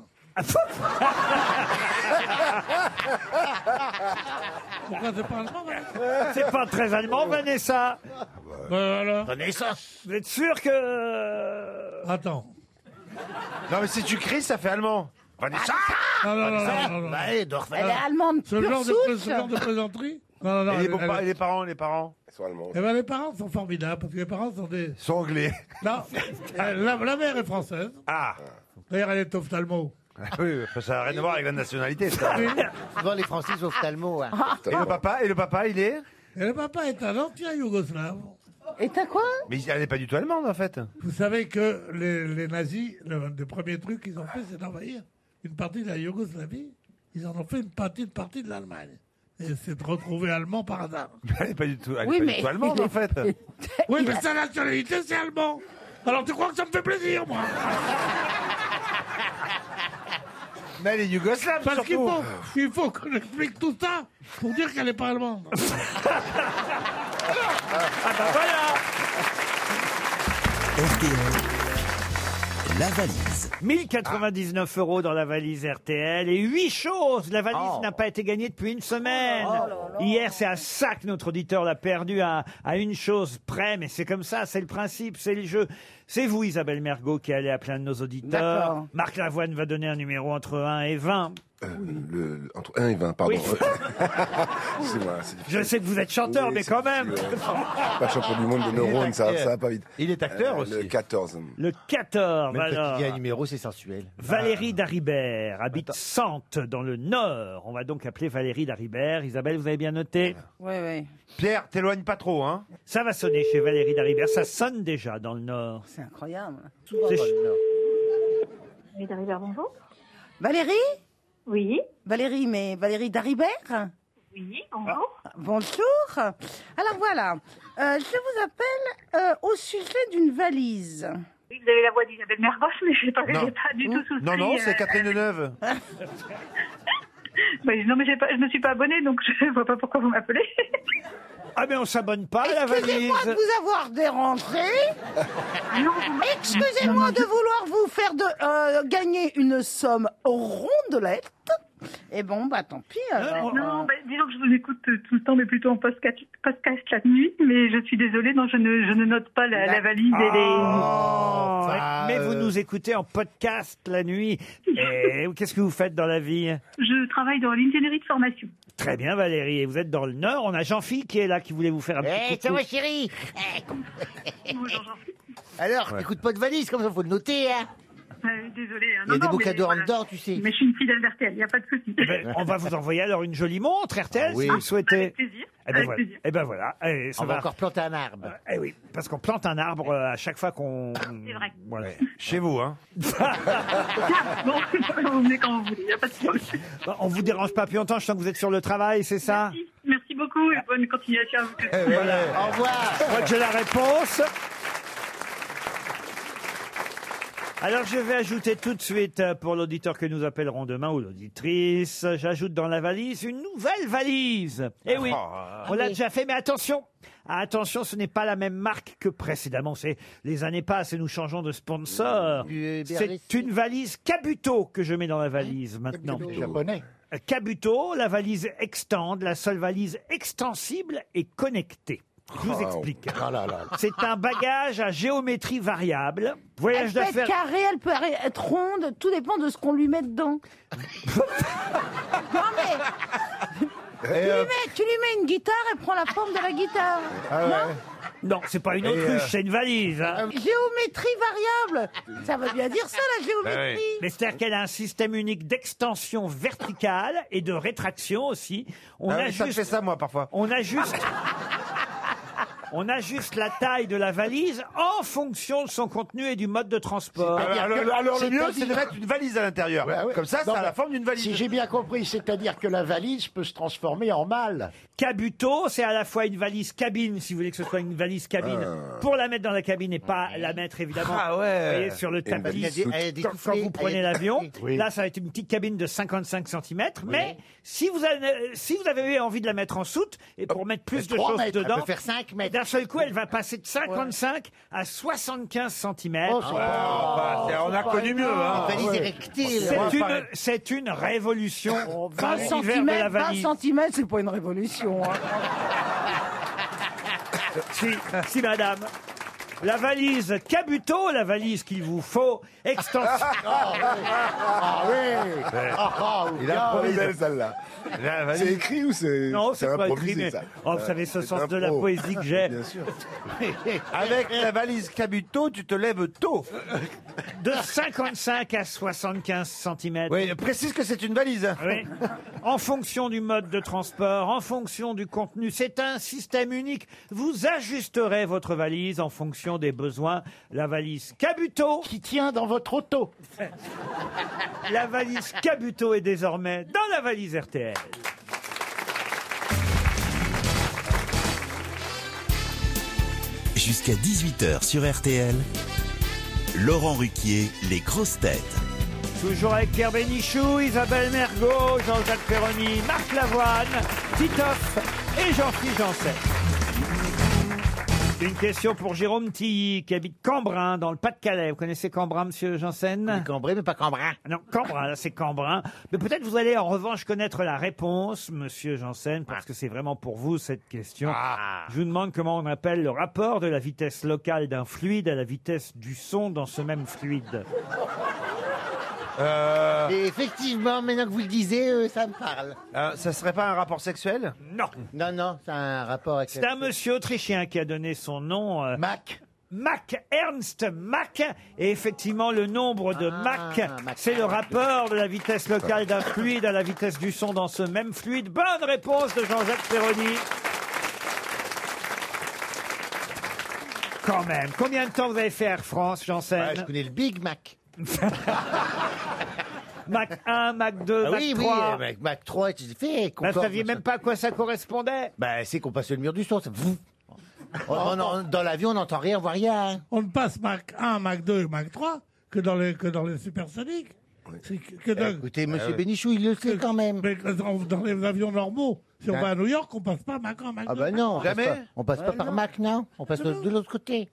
Pourquoi c'est pas allemand, Vanessa? C'est pas très allemand, Vanessa. Alors. Vanessa. Vous êtes sûr que... Attends. Non, mais si tu cries, ça fait allemand. Vanessa. Non. Bah, elle doit Elle est allemande Ce pure genre souche. de plaisanterie. Non. Et les parents. Ils sont allemands. Eh ben, les parents sont formidables, parce que les parents sont des... Ils sont anglais. Non, la mère est française. Ah. D'ailleurs, elle est ophtalmo. Oui, ça n'a rien à voir avec la nationalité, ça. Souvent, les Français sont ophtalmo. Hein. Et le papa, il est. Et le papa est un ancien yougoslave. Et t'as quoi? Mais elle n'est pas du tout allemande, en fait. Vous savez que les nazis, le premier truc qu'ils ont fait, c'est d'envahir une partie de la Yougoslavie. ils en ont fait une petite partie de l'Allemagne. Et c'est de retrouver allemand par hasard. Elle n'est pas du tout, Oui, pas mais du tout allemande, en fait. Oui, mais sa nationalité, c'est allemand. Alors tu crois que ça me fait plaisir, moi? Mais elle est yougoslave, Parce qu'il surtout. il faut que j'explique tout ça pour dire qu'elle n'est pas allemande. Ah bah voilà. RTL, la valise. 1099 € dans la valise RTL et 8 choses. La valise n'a pas été gagnée depuis une semaine. Hier, c'est à ça que notre auditeur l'a perdu à une chose près, mais c'est comme ça, c'est le principe, c'est le jeu. C'est vous, Isabelle Mergot, qui allez appeler un de nos auditeurs. D'accord. Marc Lavoine va donner un numéro entre 1 et 20. Entre 1 et 20, pardon. Oui. Excusez-moi, c'est difficile. Je sais que vous êtes chanteur, Oui, mais c'est quand même. difficile, Pas champion du monde de neurones, ça va pas vite. Il est acteur aussi. Le 14. Le 14, Même quand alors. il y a un numéro, c'est sensuel. Valérie Daribert habite Sante, dans le Nord. On va donc appeler Valérie Daribert. Isabelle, vous avez bien noté? Oui, oui. Pierre, t'éloigne pas trop, hein? Ça va sonner chez Valérie Daribert. Ça sonne déjà dans le Nord. C'est incroyable. C'est Valérie Daribert, bonjour. Valérie? Oui. Valérie, mais Valérie Daribert? Oui, bonjour. Bonjour. Alors voilà, je vous appelle au sujet d'une valise. Oui, vous avez la voix d'Isabelle Mergoche, mais je n'ai pas Non. du tout souscrit. Non, c'est Catherine Deneuve. Non, mais je me suis pas abonnée, donc je ne vois pas pourquoi vous m'appelez. Ah, mais on s'abonne pas à la valise. Excusez-moi de vous avoir dérangé. Non, Excusez-moi de vouloir vous faire gagner une somme rondelette. Et bon, bah tant pis. Alors, Non, disons que je vous écoute tout le temps, mais plutôt en podcast la nuit. Mais je suis désolée, non, je ne note pas la valise et les... Oh, mais vous nous écoutez en podcast la nuit. Et qu'est-ce que vous faites dans la vie? Je travaille dans l'ingénierie de formation. Très bien, Valérie. Et vous êtes dans le Nord. On a Jean-Philippe qui est là, qui voulait vous faire un petit Eh, ça coucou. va, chérie? Bonjour, Jean-Philippe. Alors, t'écoutes pas de valise, comme ça, faut le noter, hein? Désolée. Il y a des beaux cadeaux en dedans, tu sais. Mais je suis une fidèle d'RTL, il n'y a pas de souci. Eh ben, on va vous envoyer alors une jolie montre RTL, Ah oui. si vous le souhaitez. Avec plaisir. Eh ben Avec voilà. plaisir. Eh ben voilà. Eh, ça On va va. encore planter un arbre. Eh oui, parce qu'on plante un arbre à chaque fois qu'on. C'est vrai. Voilà. Chez vous, hein? Bon, vous venez quand vous voulez, il n'y a pas de problème. Bon, on vous dérange pas plus longtemps. Je sens que vous êtes sur le travail, c'est ça? Merci beaucoup et bonne continuation à vous tous. Voilà. Au revoir. Je crois que j'ai la réponse. Alors, je vais ajouter tout de suite, pour l'auditeur que nous appellerons demain, ou l'auditrice, j'ajoute dans la valise une nouvelle valise. Eh oui, on l'a déjà fait, mais attention. Attention, ce n'est pas la même marque que précédemment. Les années passent et nous changeons de sponsor. C'est une valise Kabuto que je mets dans la valise maintenant. Japonais. Kabuto, la valise Extend, la seule valise extensible et connectée. Je vous explique. Ah là là. C'est un bagage à géométrie variable. Voyage elle peut être d'affaires. carrée, elle peut être ronde, tout dépend de ce qu'on lui met dedans. Non mais, tu lui mets une guitare, elle prend la forme de la guitare. Non, c'est pas une autruche, c'est une valise. hein. Géométrie variable, ça veut bien dire ça la géométrie. Mais c'est-à-dire qu'elle a un système unique d'extension verticale et de rétraction aussi. On Ça me fait ça, moi, parfois. On ajuste la taille de la valise en fonction de son contenu et du mode de transport. Alors le mieux, c'est de mettre une valise à l'intérieur. Ouais, ouais. Comme ça, Non, ça a la mais forme d'une valise. Si j'ai bien compris, c'est-à-dire que la valise peut se transformer en malle. Kabuto, c'est à la fois une valise cabine, si vous voulez que ce soit une valise cabine, pour la mettre dans la cabine et pas la mettre évidemment Ah ouais. vous voyez, sur le Et une tapis valise soute. quand vous prenez l'avion. Oui. Là, ça va être une petite cabine de 55 cm. Mais si vous avez eu envie de la mettre en soute et pour mettre plus de 3 choses mètres, elle dedans, peut faire 5 mètres. d'un seul coup, elle va passer de 55 à 75 cm. Oh, c'est On a connu mieux, hein. Valise ouais. érectée. C'est une révolution dans 20 l'univers de cm, la 20 valise. cm, c'est pas une révolution. Hein. Si, madame. La valise Kabuto, la valise qu'il vous faut, extension. Ah oui. Il a improvisé celle-là. C'est écrit ou c'est Non, c'est pas écrit, improvisé, mais ça? vous savez ce C'est sens de la impro. poésie que j'ai. Bien sûr. Avec la valise Kabuto, tu te lèves tôt. De 55 à 75 cm. Oui, précise que c'est une valise. Oui. en fonction du mode de transport, en fonction du contenu. C'est un système unique. Vous ajusterez votre valise en fonction des besoins. La valise Kabuto, Qui tient dans votre auto. la valise Kabuto est désormais dans la valise RTL. Jusqu'à 18h sur RTL, Laurent Ruquier, les grosses têtes. Toujours avec Pierre Bénichou, Isabelle Mergo, Jean-Jacques Perroni, Marc Lavoine, Titoff et Jean-Philippe Janssen. Une question pour Jérôme Tilly, qui habite Cambrin, dans le Pas-de-Calais. Vous connaissez Cambrin, monsieur Janssen? Cambrai, mais pas Cambrin. Non, Cambrin, là, c'est Cambrin. Mais peut-être vous allez en revanche connaître la réponse, monsieur Janssen, parce que c'est vraiment pour vous cette question. Je vous demande comment on appelle le rapport de la vitesse locale d'un fluide à la vitesse du son dans ce même fluide. Et effectivement, maintenant que vous le disiez, ça me parle. Ça serait pas un rapport sexuel? Non. Non, non, c'est un rapport avec... C'est un monsieur autrichien qui a donné son nom. Mac. Mach, Ernst Mach, et effectivement le nombre de Mach, c'est le rapport de la vitesse locale d'un fluide à la vitesse du son dans ce même fluide. Bonne réponse de Jean-Jacques Perroni. Quand même. Combien de temps vous avez fait Air France, Janssen? Je connais le Big Mac. Mach 1, Mach 2, Mach 3. Oui, Mach 3, tu fais. Vous ne saviez même pas à quoi ça correspondait? C'est qu'on passe le mur du son, ça... Dans l'avion, on n'entend rien, on voit rien. On ne passe Mach 1, Mach 2 et Mach 3 que dans les supersoniques. Écoutez, monsieur Bénichou, il le sait quand même. Mais dans les avions normaux, si on va à New York, on passe pas Mach 1, Mach 2. Ah bah non, jamais. on passe pas par Mach, non. On passe de l'autre côté.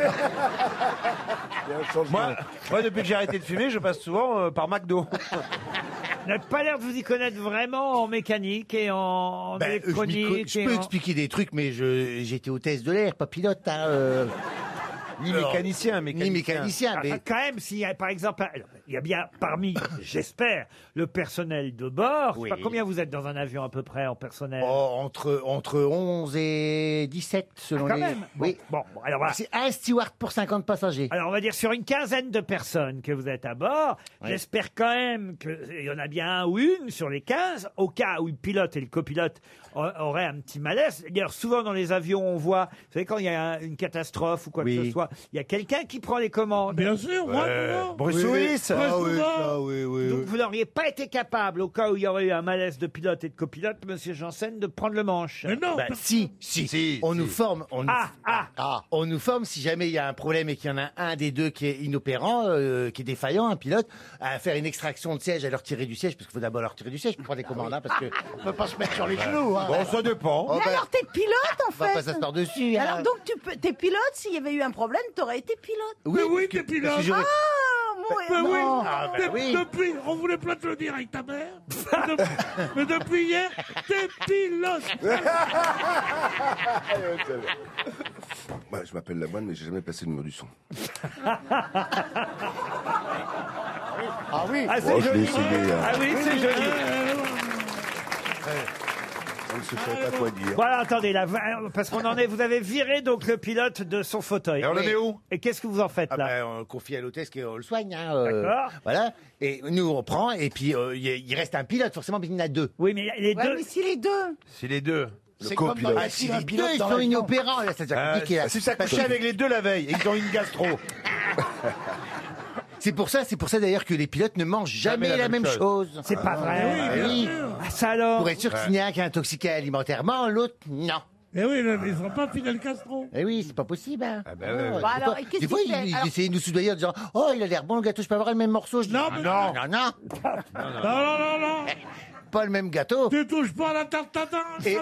Moi, depuis que j'ai arrêté de fumer, je passe souvent par McDo. Vous n'avez pas l'air de vous y connaître vraiment en mécanique et en électronique. Je peux expliquer des trucs, mais j'étais hôtesse de l'air, pas pilote. Ni mécanicien, Ni mécanicien. Alors, quand même, s'il y a, par exemple, il y a bien parmi, j'espère, le personnel de bord. Je sais pas combien vous êtes dans un avion à peu près en personnel. Entre 11 et 17 selon quand les... même. Oui. Bon, alors voilà. C'est un steward pour 50 passagers. Alors on va dire sur une quinzaine de personnes que vous êtes à bord. J'espère quand même qu'il y en a bien un ou une sur les 15, au cas où le pilote et le copilote auraient un petit malaise. D'ailleurs, souvent dans les avions, on voit, vous savez, quand il y a une catastrophe ou quoi que ce soit, il y a quelqu'un qui prend les commandes. Bien sûr, moi, Bruce Willis. Donc vous n'auriez pas été capable, au cas où il y aurait eu un malaise de pilote et de copilote, monsieur Janssen, de prendre le manche. Mais non. Si. On nous forme. On nous forme si jamais il y a un problème et qu'il y en a un des deux qui est inopérant, qui est défaillant, un pilote, à faire une extraction de siège, à leur tirer du siège, parce qu'il faut d'abord leur tirer du siège pour prendre des commandes, parce que On peut pas se mettre sur les genoux. Bon, ça dépend. Mais alors, t'es pilote, en on va fait. pas s'asseoir dessus. Alors, donc, t'es pilote, s'il y avait eu un problème, t'aurais été pilote. Oui, t'es pilote. parce que j'aurais- Mais oui, oui. depuis, on voulait pas te le dire avec ta mère, mais depuis hier, t'es pilote. Je m'appelle Lavoine, mais j'ai jamais passé le mur du son. Ah oui. Ah, c'est Oh, je l'ai joli. essayé. Ah oui, c'est joli. Je ne sais pas quoi dire. Voilà, attendez, là, parce qu'on en est, vous avez viré donc le pilote de son fauteuil. Et on le met où? Et qu'est-ce que vous en faites là? on le confie à l'hôtesse qui on le soigne. D'accord. Voilà. Et nous, on prend, et puis il reste un pilote, forcément, mais il y en a deux. Oui, mais les Ouais, deux. mais si les deux. Si les deux. C'est comme dans copilote. les Si films, un les deux, pilote ils dans sont l'avion. inopérants, là, ça devient compliqué. Là. Si t'as couché avec les deux la veille et qu'ils ont une gastro. C'est pour ça d'ailleurs que les pilotes ne mangent jamais la même chose. C'est pas vrai. Oui. Ah, ça alors. Pour être sûr qu'il y en a un qui est intoxiqué alimentairement, l'autre, non. Eh oui, là, ils sont pas Fidel Castro. Eh oui, c'est pas possible. Hein. Ah bah ouais, ouais. Bah alors, et qu'est-ce Des fois, qu'il fait ils alors essayaient de nous soudoyer en disant « Oh, il a l'air bon le gâteau, je peux avoir le même morceau ?» Je dis, Non, mais non, Non. pas le même gâteau. Tu touches pas à la tarte tatin. Et-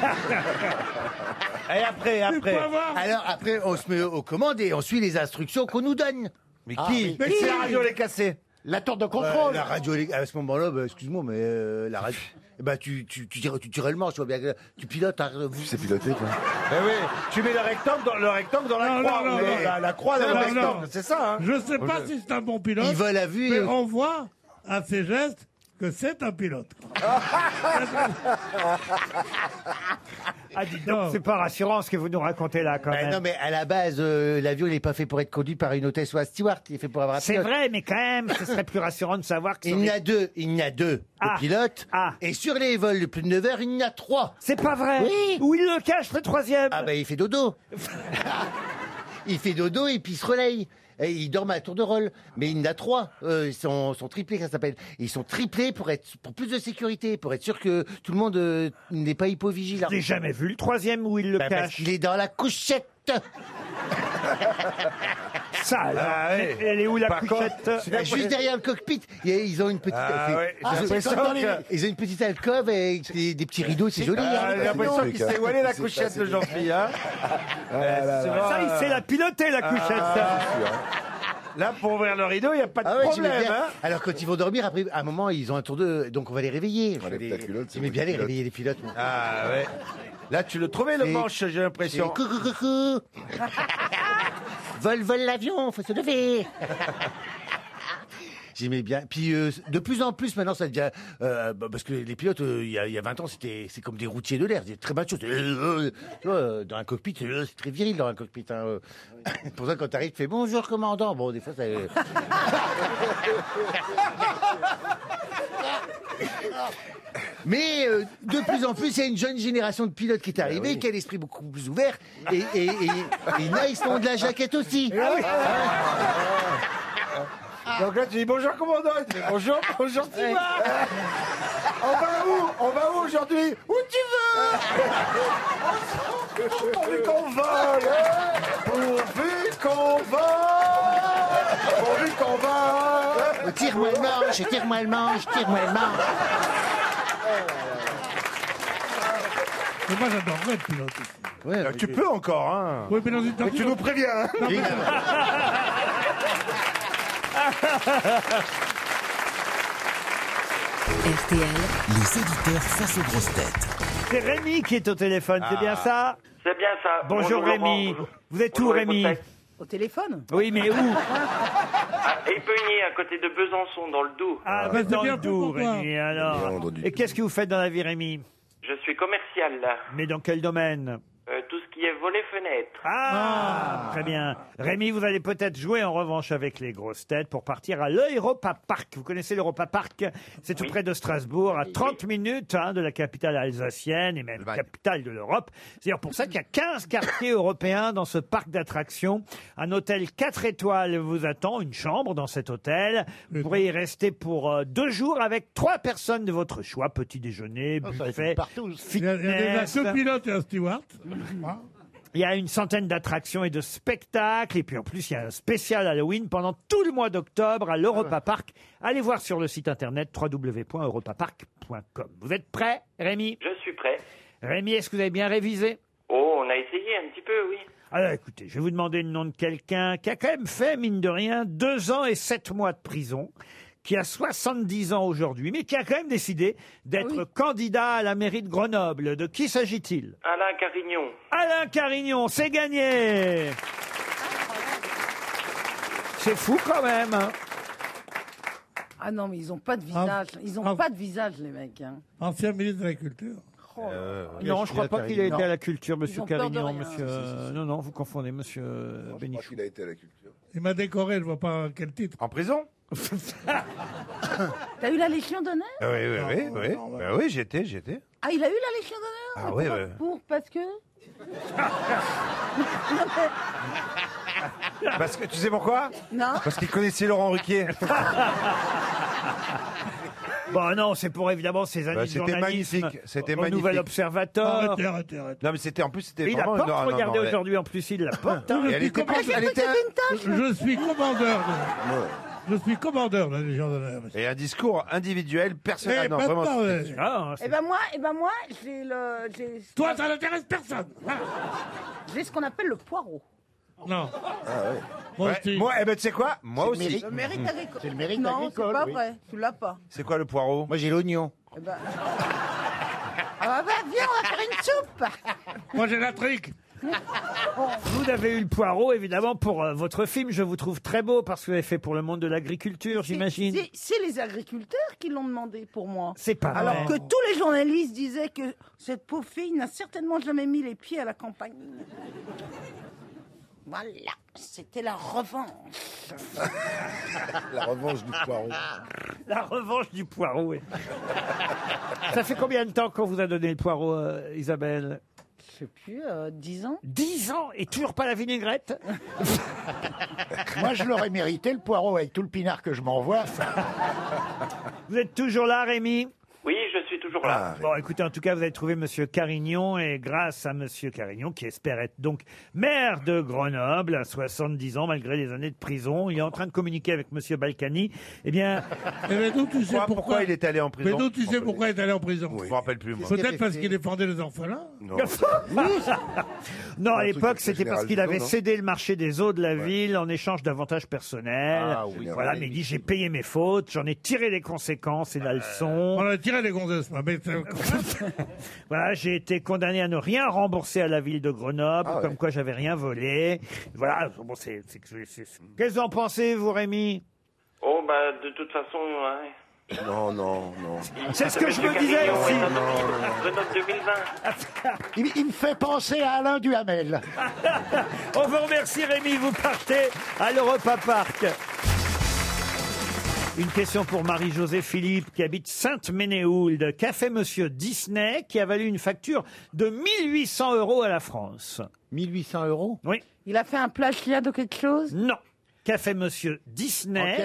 Et après. Alors après, on se met aux commandes et on suit les instructions qu'on nous donne. Mais Ah, qui? oui. Mais c'est la radio, elle est cassée. La tour de contrôle. La radio, à ce moment-là, excuse-moi, mais la radio... tu tirais le manche, tu vois bien que tu pilotes. C'est piloté, quoi. Eh oui, tu mets le rectangle dans la Non, croix. non, ou non. la croix dans le Non, rectangle. non. C'est ça, hein? Je sais pas si c'est un bon pilote. Il vole à vue. Mais on voit à ses gestes que c'est un pilote. Ah, dites donc, c'est pas rassurant ce que vous nous racontez là, quand Ben même. non, mais à la base, l'avion, il n'est pas fait pour être conduit par une hôtesse ou un steward. Il est fait pour avoir un C'est pilote. vrai, mais quand même, ce serait plus rassurant de savoir que... Il y en a deux. Il y en a deux Ah. de pilotes. Ah. Et sur les vols de plus de 9 heures, il y en a 3. C'est pas vrai. Oui. Où il le cache, le troisième? Ah ben, il fait dodo. Il fait dodo et puis il se relaye. Et il dort à tour de rôle. Mais il y en a 3. Ils sont triplés, ça s'appelle. Ils sont triplés pour plus de sécurité, pour être sûr que tout le monde n'est pas hypovigilant. Je n'ai jamais vu le troisième où il le Ben, parce cache. qu'il est dans la couchette. Ça, alors. Ah, ouais. Elle est où la Par couchette? Juste derrière le cockpit, ils ont une petite. Ils ont une petite alcôve avec des petits rideaux, c'est joli. Ah, j'ai l'impression qu'il s'est voilé la couchette de Jean-Philippe. Hein. Ça, il sait la piloter, la couchette. Là, pour ouvrir le rideau, il n'y a pas de Ah ouais, problème. j'aimais bien. Hein. Alors quand ils vont dormir, après, à un moment, ils ont un tour de... Donc on va les réveiller. J'aimais bien les réveiller, les pilotes. Moi. Ah ouais. Là, tu le trouvais le manche, j'ai l'impression. Coucou, coucou. Vol l'avion, faut se lever. J'aimais bien. Puis de plus en plus maintenant ça devient parce que les pilotes il y a 20 ans c'est comme des routiers de l'air, c'est très macho. Tu vois, dans un cockpit c'est très viril dans un cockpit. Hein. Pour ça quand t'arrives tu fais bonjour commandant. Bon des fois ça. Mais de plus en plus, il y a une jeune génération de pilotes qui est arrivée, qui a l'esprit beaucoup plus ouvert, et là, ils sont de la jaquette aussi. Donc là, tu dis bonjour commandant, il te dit bonjour Stewart. On va où aujourd'hui? Où tu veux. Pourvu qu'on vole. Pourvu qu'on vole. Tire-moi le manche, tire-moi le manche, tire-moi le manche. Mais moi, j'adorerais être pilote aussi. Ouais, Tu peux encore, hein. Oui, mais dans une Mais tu nous préviens, hein. Non, mais- RTL, Les auditeurs face aux grosses têtes. C'est Rémi qui est au téléphone, c'est bien ça? C'est bien ça. Bonjour Rémi. Laurent. Vous êtes où Bonjour, Rémi? Écoutez. Au téléphone? Oui, mais où? À Épegné, à côté de Besançon, dans le Doubs. Ah, bah, vous êtes c'est dans bien le Doubs, pour toi. Rémi, alors. Et qu'est-ce que vous faites dans la vie, Rémi? Je suis commercial, là. Mais dans quel domaine? Tout ce qui est volet-fenêtre. Ah, très bien. Rémi, vous allez peut-être jouer en revanche avec les grosses têtes pour partir à l'Europa Park. Vous connaissez l'Europa Park? C'est tout près de Strasbourg, à 30 minutes de la capitale alsacienne et même capitale de l'Europe. C'est d'ailleurs pour ça qu'il y a 15 quartiers européens dans ce parc d'attractions. Un hôtel 4 étoiles vous attend, une chambre dans cet hôtel. Vous pourrez y rester pour 2 jours avec 3 personnes de votre choix. Petit déjeuner, buffet, Il y a déjà fitness. 2 pilotes et un steward. Il y a une centaine d'attractions et de spectacles. Et puis en plus, il y a un spécial Halloween pendant tout le mois d'octobre à l'Europa Park. Allez voir sur le site internet www.europapark.com. Vous êtes prêts, Rémi? Je suis prêt. Rémi, est-ce que vous avez bien révisé? Oh, on a essayé un petit peu, oui. Alors écoutez, je vais vous demander le nom de quelqu'un qui a quand même fait, mine de rien, 2 ans et 7 mois de prison, qui a 70 ans aujourd'hui, mais qui a quand même décidé d'être candidat à la mairie de Grenoble. De qui s'agit-il? Alain Carignon. Alain Carignon, c'est gagné! C'est fou quand même, hein. Ah non, mais ils ont pas de visage. Ils ont pas de visage, les mecs. Hein. Ancien ministre de la Culture. Non, je crois pas qu'il ait été à la culture, monsieur Ils ont peur de Carignon, rien. monsieur. Non, non, vous confondez, monsieur Bénichou. Il a été à la culture. Il m'a décoré, je vois pas quel titre. En prison? T'as eu la Légion d'honneur? Oui, j'étais. Ah, il a eu la Légion d'honneur? Ah Mais oui, pourquoi- parce que... Parce que tu sais pourquoi? Non. Parce qu'il connaissait Laurent Ruquier. Bon, non, c'est pour évidemment ces années de C'était journalisme magnifique. C'était au magnifique. Nouvel Observateur. Arrêtez. Non, mais c'était en plus, c'était Et il la vraiment. porte, non, regardez non, aujourd'hui en plus, il la porte. hein. Et elle était pas. Elle était. Je suis commandeur. Je suis commandeur de la Légion d'honneur. Et un discours individuel, personne. Eh, Ah non, maintenant, vraiment. ouais. Ah, Eh ben moi, j'ai Toi, ça n'intéresse personne. j'ai ce qu'on appelle le poireau. Non. Ouais, moi, eh ben, tu sais quoi? Moi aussi. Le mérite agricole. C'est le mérite non, agricole, c'est pas oui. vrai. Tu l'as pas. C'est quoi le poireau? Moi j'ai l'oignon. Eh ben... ah bah viens, on va faire une soupe. Moi, j'ai la trique. Vous avez eu le poireau, évidemment, pour votre film. Je vous trouve très beau parce que vous avez fait pour le monde de l'agriculture, j'imagine. C'est les agriculteurs qui l'ont demandé pour moi. C'est pas Alors vrai. que tous les journalistes disaient que cette pauvre fille n'a certainement jamais mis les pieds à la campagne. Voilà, c'était la revanche. La revanche du poireau. La revanche du poireau, oui. Ça fait combien de temps qu'on vous a donné le poireau, Isabelle? Je sais plus, 10 ans. 10 ans et toujours pas la vinaigrette? Moi, je l'aurais mérité, le poireau, avec tout le pinard que je m'envoie. Vous êtes toujours là, Rémi? Oui, je suis toujours là. Bon, écoutez, en tout cas, vous avez trouvé Monsieur Carignon, et grâce à Monsieur Carignon, qui espère être donc maire de Grenoble, à 70 ans, malgré les années de prison, il est en train de communiquer avec Monsieur Balkany. Eh bien... Mais d'où tu sais pourquoi il est allé en prison? Mais d'où tu sais pourquoi il est allé en prison? Je me rappelle plus, moi. Peut-être parce qu'il défendait les orphelins. Non. Non, à Un l'époque, truc c'était parce qu'il général avait Vito, non cédé le marché des eaux de la ville en échange d'avantages personnels. Ah oui. Voilà, mais il dit, j'ai payé mes fautes, j'en ai tiré les conséquences et la leçon. On a tiré les gonzesses, mais Voilà, j'ai été condamné à ne rien rembourser à la ville de Grenoble, Ah ouais. comme quoi j'avais rien volé. Voilà, bon, Qu'est-ce que vous en pensez, vous, Rémi? Oh, bah, de toute façon, ouais. Non. C'est ce que je me disais aussi. Grenoble 2020. Il me fait penser à Alain Duhamel. On vous remercie, Rémi, vous partez à l'Europa Park. Une question pour Marie-Josée Philippe qui habite Sainte-Ménéhould. Qu'a fait Monsieur Disney qui a valu une facture de 1800 € à la France? 1800 €? Oui. Il a fait un plagiat de quelque chose? Non. Qu'a fait Monsieur Disney?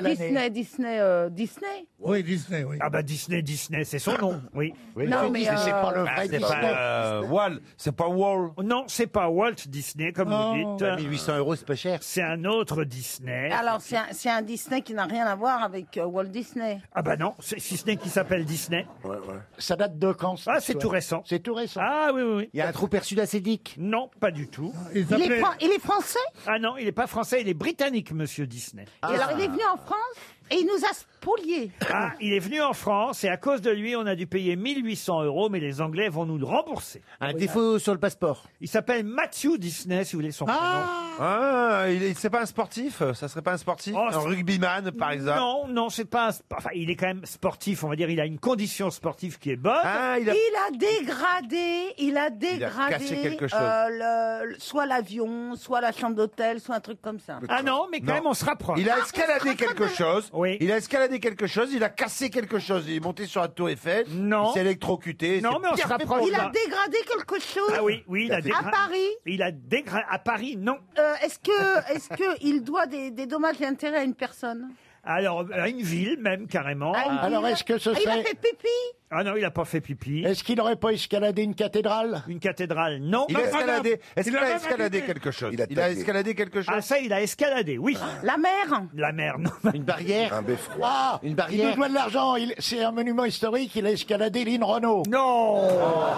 Disney. Oui, Disney, oui. Ah bah Disney, c'est son nom, oui. Non, mais c'est pas le vrai C'est Disney. pas Wall, c'est pas Wall. Non, c'est pas Walt Disney, comme vous dites. 1800 €, c'est pas cher. C'est un autre Disney. Alors, c'est un Disney qui n'a rien à voir avec Walt Disney. Ah bah non, si ce n'est qui s'appelle Disney. Ça date de quand? Ah, c'est tout récent. C'est tout récent. Ah oui. Il y a un trou perçu d'acédique? Non, pas du tout. Il Il s'appelait... est français? Ah non, il n'est pas français, il est britannique, Monsieur Disney. Et alors, il est venu en France et il nous a spoliés. Ah, il est venu en France et à cause de lui, on a dû payer 1800 €, mais les Anglais vont nous le rembourser. Un défaut sur le passeport? Il s'appelle Matthew Disney, si vous voulez son prénom. Ah, c'est pas un sportif? Ça serait pas un sportif? Oh, Un rugbyman, par exemple? Non, c'est pas enfin, il est quand même sportif, on va dire, il a une condition sportive qui est bonne. Ah, Il a dégradé cassé quelque chose. soit l'avion, soit la chambre d'hôtel, soit un truc comme ça. Ah non, mais quand même, on se rapproche. Il a escaladé quelque chose. Oui. Il a escaladé quelque chose, il a cassé quelque chose. Il est monté sur la tour Eiffel. Non. Il s'est électrocuté. Non, c'est mais on se pire fait rapproche. pour Il ça. a dégradé quelque chose. Ah oui, il a À dégradé. Paris. Il a dégradé. À Paris, non. Est-ce que il doit des dommages et intérêts à une personne? Alors, à une ville, même, carrément. À une Alors, ville? est-ce que ce Il a serait... fait pipi? Ah non, il n'a pas fait pipi. Est-ce qu'il n'aurait pas escaladé une cathédrale? Une cathédrale, non. Il a escaladé. Est-ce Il qu'il a a même escaladé habité. quelque chose? Il a Il a tagué. escaladé quelque chose? Ah ça, il a escaladé, oui. La mer? La mer, non. Une barrière? Un beffroi. Ah, Une il barrière? nous doit de l'argent. C'est un monument historique. Il a escaladé l'île Renault. Non.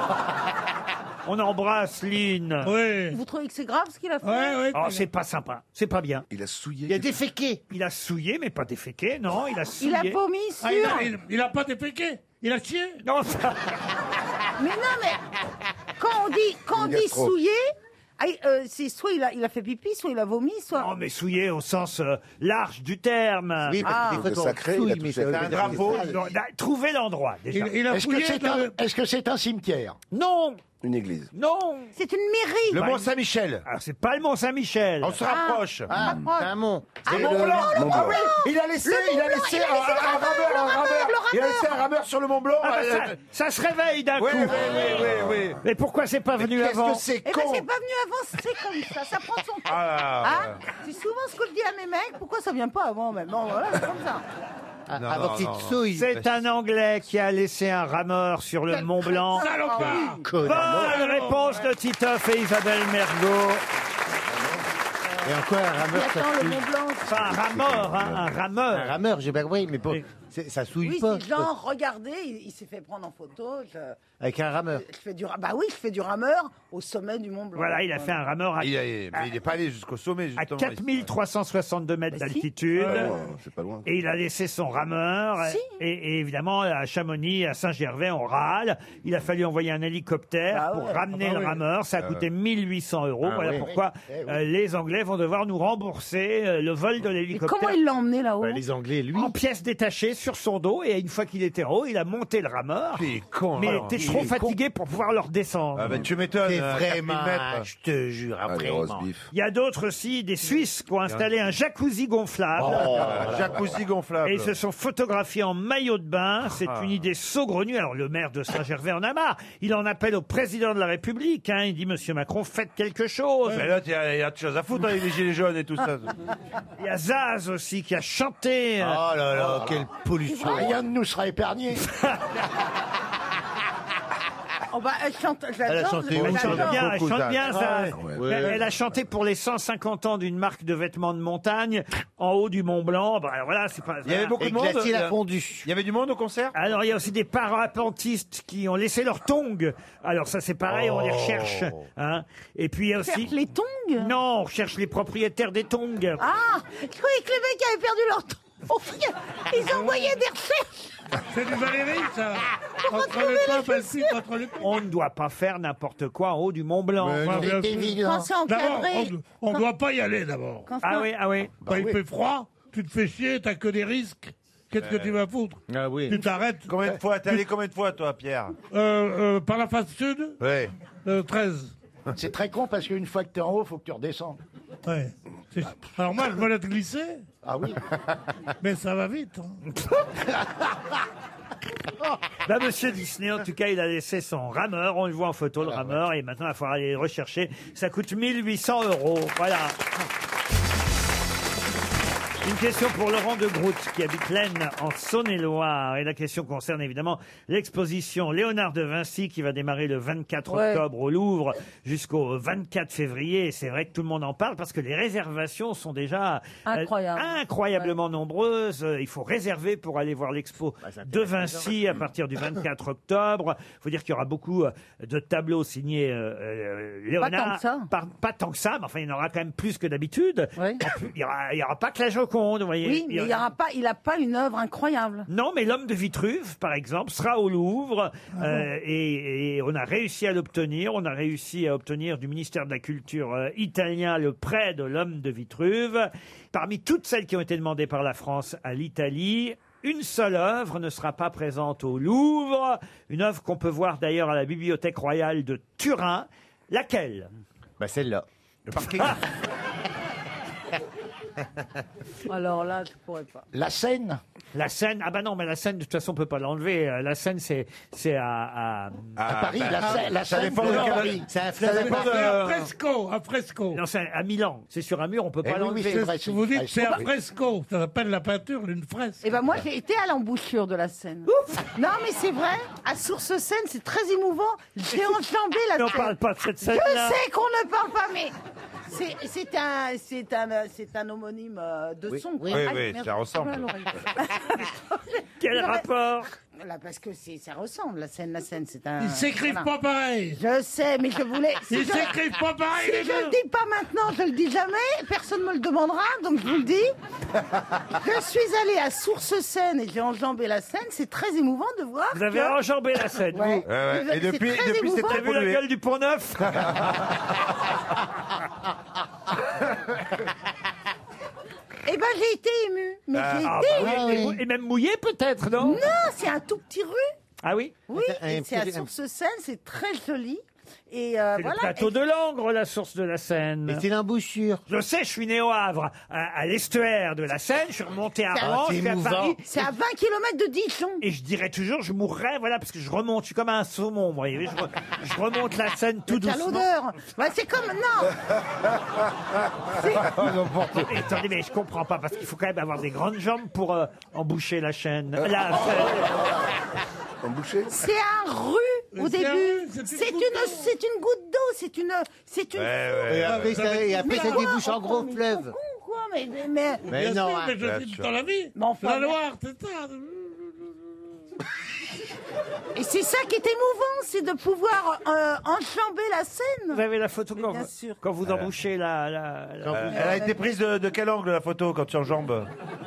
On embrasse Lynn. Oui. Vous trouvez que c'est grave ce qu'il a fait? Ouais. Oh, c'est pas sympa. C'est pas bien. Il a souillé. Il a déféqué. Il a souillé, mais pas déféqué, non. Il a souillé. Il a vomi sur... Ah, il a pas déféqué. Il a chié. Non, ça... Mais non, mais quand on Une dit gastro. souillé, c'est soit il a fait pipi, soit il a vomi, soit... Non, mais souillé au sens large du terme. Oui, parce que des fois, de quand on sacré, il a souille, touché mais ça un veut dire drapeau. que c'est sale. Non, trouvez l'endroit, déjà. Il a Est-ce que fouillé. c'est un cimetière? Non, Une église. non. C'est une mairie. Le Mont-Saint-Michel. Alors, c'est pas le Mont-Saint-Michel. On se rapproche. Ah, c'est un mont. Ah, Mont Blanc. Il a laissé un rameur. Il a laissé un rameur sur le Mont Blanc. Ah, bah, ça se réveille d'un Oui, coup. oui. Mais pourquoi c'est pas venu Qu'est-ce avant que c'est Eh ben, con? c'est pas venu avant, c'est comme ça prend son temps. Ah, Hein? C'est souvent ce que je dis à mes mecs, pourquoi ça vient pas avant même? Bon, voilà, c'est comme ça. Non, Avant non, qu'il non, te non. souille. C'est un Anglais qui a laissé un rameur sur le Mont Blanc. Salopard. Bonne réponse de Titoff et Isabelle Mergo. Et encore un rameur, ça Attends, se le souille. Mont Blanc. Enfin, un rameur, hein, un rameur. Un rameur, j'ai pas compris, mais pour... Ça souille Oui, pas. c'est genre, regardez, il s'est fait prendre en photo. Avec un rameur. Je fais je fais du rameur au sommet du Mont Blanc. Voilà, il a fait un rameur à, Mais il n'est pas allé jusqu'au sommet, à justement. 4362 mètres d'altitude. C'est pas loin. Et il a laissé son rameur. Si. Et évidemment, à Chamonix, à Saint-Gervais, on râle. Il a fallu envoyer un hélicoptère pour ramener le rameur. Ça a coûté 1800 €. Voilà pourquoi les Anglais vont devoir nous rembourser le vol de Mais l'hélicoptère. comment il l'a emmené là-haut? Les Anglais, lui. En pièces détachées sur son dos. Et une fois qu'il était en haut, il a monté le rameur. Il est con, Mais alors. il était trop fatigué pour pouvoir le redescendre. Ah ben tu m'étonnes. C'est 4000 vraiment, mètres. je te jure, vraiment. Il y a d'autres aussi, des Suisses qui ont installé un jacuzzi gonflable. Jacuzzi gonflable. Et ils se sont photographiés en maillot de bain. C'est une idée saugrenue. Alors, le maire de Saint-Gervais en a marre. Il en appelle au président de la République. Hein. Il dit, Monsieur Macron, faites quelque chose. Mais là, il y a autre chose à foutre avec les gilets jaunes et tout ça. Il y a Zaz aussi qui a chanté. Oh là là, quelle pollution. Rien ne nous sera épargné. Oh bah, elle chante, Elle a chanté où, Elle ça chante bien, elle chante bien, Zaz. Ouais. Elle a chanté pour les 150 ans d'une marque de vêtements de montagne en haut du Mont Blanc. Bah, voilà, c'est pas. Il y avait beaucoup de Et monde. glacier l'a fondu. Il y avait du monde au concert. Alors, il y a aussi des parapentistes qui ont laissé leurs tongs. Alors, ça, c'est pareil, on les recherche. Hein. Et puis, il y a aussi. Cherche les tongs? Non, on recherche les propriétaires des tongs. Ah, je croyais que les mecs avaient perdu leur tongs. Ils envoyaient des recherches. C'est du Valérie, ça. Entre le pape ainsi contre le pape. On ne doit pas faire n'importe quoi en haut du Mont Blanc. C'est évident. Quand c'est D'abord, encadré. on ne doit pas y aller d'abord. Ah oui, ah oui. Quand il fait froid, tu te fais chier, t'as que des risques. Qu'est-ce que tu vas foutre? Ah oui. Tu t'arrêtes. Combien de fois t'es allé combien de fois toi, Pierre? Par la face sud, Ouais. 13. C'est très con parce qu'une fois que t'es en haut, faut que tu redescendes. Ouais. Alors moi, je me laisse glisser, Ah oui. mais ça va vite. Bah, Monsieur Disney, en tout cas, il a laissé son rameur. On le voit en photo, le rameur. Et maintenant, il va falloir aller le rechercher. Ça coûte 1800 €. Voilà. Une question pour Laurent de Groot, qui habite l'Aisne, en Saône-et-Loire. Et la question concerne évidemment l'exposition Léonard de Vinci, qui va démarrer le 24 octobre au Louvre jusqu'au 24 février. Et c'est vrai que tout le monde en parle parce que les réservations sont déjà incroyablement nombreuses. Il faut réserver pour aller voir l'expo de Vinci à partir du 24 octobre. Il faut dire qu'il y aura beaucoup de tableaux signés Léonard. Pas tant que ça. Pas tant que ça, mais enfin, il y en aura quand même plus que d'habitude. Il y aura pas que la Joconde. Vous voyez. Oui, mais il n'a pas une œuvre incroyable. Non, mais l'homme de Vitruve, par exemple, sera au Louvre et on a réussi à l'obtenir. On a réussi à obtenir du ministère de la Culture italien le prêt de l'homme de Vitruve. Parmi toutes celles qui ont été demandées par la France à l'Italie, une seule œuvre ne sera pas présente au Louvre. Une œuvre qu'on peut voir d'ailleurs à la Bibliothèque royale de Turin. Laquelle? Bah celle-là. Le parking. Alors là, je pourrais pas. La Seine. La Seine, ah bah non, mais la Seine, de toute façon, on peut pas l'enlever. La Seine, c'est à Paris, la ça Seine dépend de de quel- Paris. C'est un Ça fleuve. dépend Un fresco. Non, c'est à Milan. C'est sur un mur, on peut pas Eh oui, l'enlever. oui, c'est vrai. Vous dites c'est un fresco. Ça s'appelle la peinture d'une fresque. Eh ben moi, j'ai été à l'embouchure de la Seine. Non, mais c'est vrai. À Source-Seine, c'est très émouvant. J'ai enjambé la Mais on Seine. parle pas de cette Je scène-là. sais qu'on ne parle pas, mais c'est un homonyme de son. Oui, Aïe, oui, merde, ça ressemble. j'ai mal à l'oreille. Quel Non, mais- rapport? Là, parce que ça ressemble, la Seine, c'est un... Ils s'écrivent voilà. pas pareil. Je sais, mais je voulais... Ils s'écrivent pas pareil, les Si je deux. le dis pas maintenant, je le dis jamais, personne me le demandera, donc je vous le dis. Je suis allée à Source-Seine et j'ai enjambé la Seine, c'est très émouvant de voir Vous avez que... enjambé la Seine, Ouais. vous. Ouais. Et C'est depuis, très depuis c'est émouvant. Vous avez vu la pollué. gueule du Pont-Neuf? Eh ben, j'ai été émue. Mais j'ai Ah, été bah émue. oui, et même mouillé peut-être, non? Non, c'est un tout petit rue. Ah oui? Oui, Un et c'est à petit- Source-Seine, c'est très joli. Et C'est voilà. le plateau de Langres, la source de la Seine. Et c'est l'embouchure. Je sais, je suis né au Havre, à l'estuaire de la Seine, je suis remonté à Rouen, je c'est suis à émouvant. Paris, C'est à 20 km de Dijon. et je dirais toujours, je mourrais, voilà, parce que je remonte, je suis comme un saumon, vous voyez, je remonte la Seine tout Quelle doucement. odeur. Ouais, c'est comme... Non. Et attendez, mais je comprends pas, parce qu'il faut quand même avoir des grandes jambes pour emboucher la chaîne. Embouché. C'est un rue au C'est un début. rue, c'est une goutte d'eau. C'est une goutte d'eau. Et après, ça Mais débouche en gros mais fleuve. con, quoi, mais Mais Bien non, sûr, hein. mais je dis dans la vie. Mais enfin, La Loire, c'est ça. Et c'est ça qui est émouvant, c'est de pouvoir enjamber la scène. Vous avez la photo Bien sûr. quand vous embouchez Elle a été prise de quel angle la photo quand tu enjambes?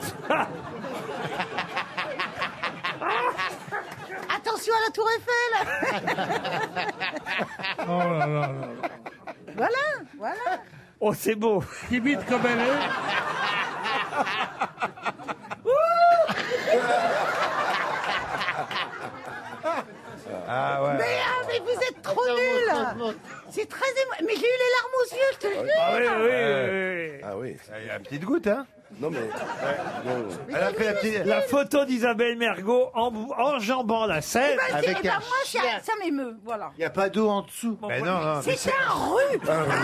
Attention à la Tour Eiffel. Oh là là là. Voilà. Oh, c'est beau. Timide comme elle est. Ah ouais. Mais vous êtes trop nuls. C'est très mais j'ai eu les larmes aux yeux, je te jure. Ah oui. Ah oui. Il y a une petite goutte, hein? Non mais. Non. Elle a fait la petite. La photo d'Isabelle Mergo enjambant la scène. Avec un moi, chien. ça m'émeut, voilà. Il n'y a pas d'eau en dessous. Mais non. C'est un rue.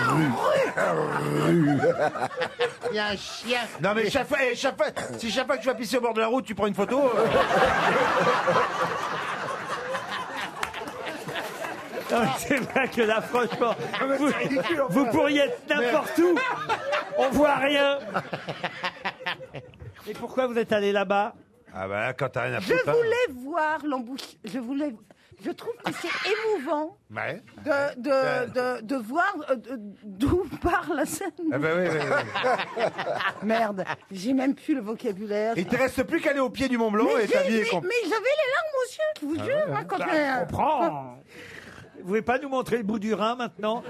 Il y a un chien. Non mais chaque fois, si chaque fois que tu vas pisser au bord de la route, tu prends une photo. Non, mais c'est vrai que là, franchement, vous pourriez être n'importe où. On voit rien. Et pourquoi vous êtes allé là-bas? Ah bah là, quand t'as rien à Je foutre. voulais voir l'embouche. Je trouve que c'est émouvant Ouais. de voir d'où part la scène. Ah bah oui. Merde, j'ai même plus le vocabulaire. Il te reste plus qu'à aller au pied du Mont Blanc et ta vie est Mais j'avais les larmes aux yeux, je vous jure. Hein, quand On prend. Vous pouvez pas nous montrer le bout du Rhin maintenant?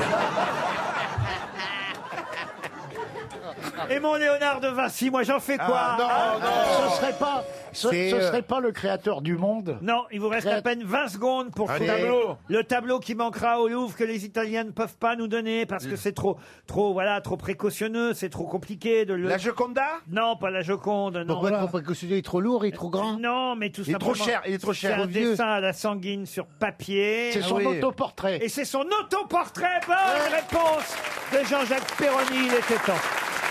Et mon Léonard de Vinci, moi j'en fais quoi? Ce serait pas le créateur du monde? Non, il vous reste à peine 20 secondes pour Un trouver tableau. le tableau qui manquera au Louvre que les Italiens ne peuvent pas nous donner parce que c'est trop précautionneux, c'est trop compliqué de le... La Joconda? Non, pas la Joconde, non. Pourquoi trop précautionneux? Il est trop lourd, il est trop grand? Non, mais tout Il est simplement... trop cher, il est trop cher. C'est un Trop vieux. dessin à la sanguine sur papier. C'est son autoportrait. Et c'est son autoportrait. Bonne réponse de Jean-Jacques Perroni, il était temps.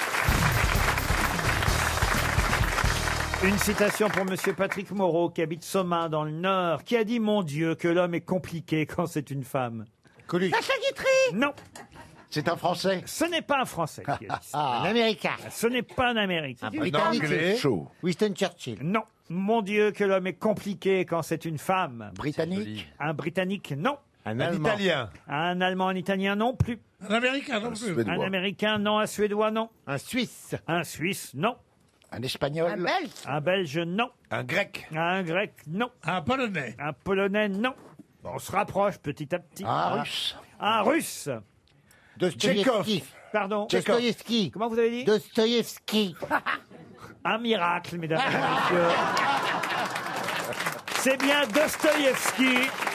Une citation pour Monsieur Patrick Moreau, qui habite Somain dans le Nord, qui a dit « Mon Dieu, que l'homme est compliqué quand c'est une femme. » Coluche. Sacha Guitry. Non, C'est un Français. ce n'est pas un Français qui a dit ça. Un Américain. Ce n'est pas un Américain. Un Britannique. Anglais. Chaud. Winston Churchill. Non. Mon Dieu, que l'homme est compliqué quand c'est une femme. Britannique. Un Britannique, non. Un Un Allemand. Italien. Un Allemand, un Italien, non plus. Un Américain non plus. Suédois. Un Américain, non. Un Suédois, non. Un Suisse. Un Suisse, non. Un Espagnol. Un Belge. Un Belge, non. Un Grec. Un Grec, non. Un Polonais. Un Polonais, non. On se rapproche petit à petit. Un Russe. Un Russe. Dostoïevski. Pardon. Dostoïevski. Comment vous avez dit? Dostoïevski. Un miracle, mesdames et messieurs. C'est bien Dostoïevski.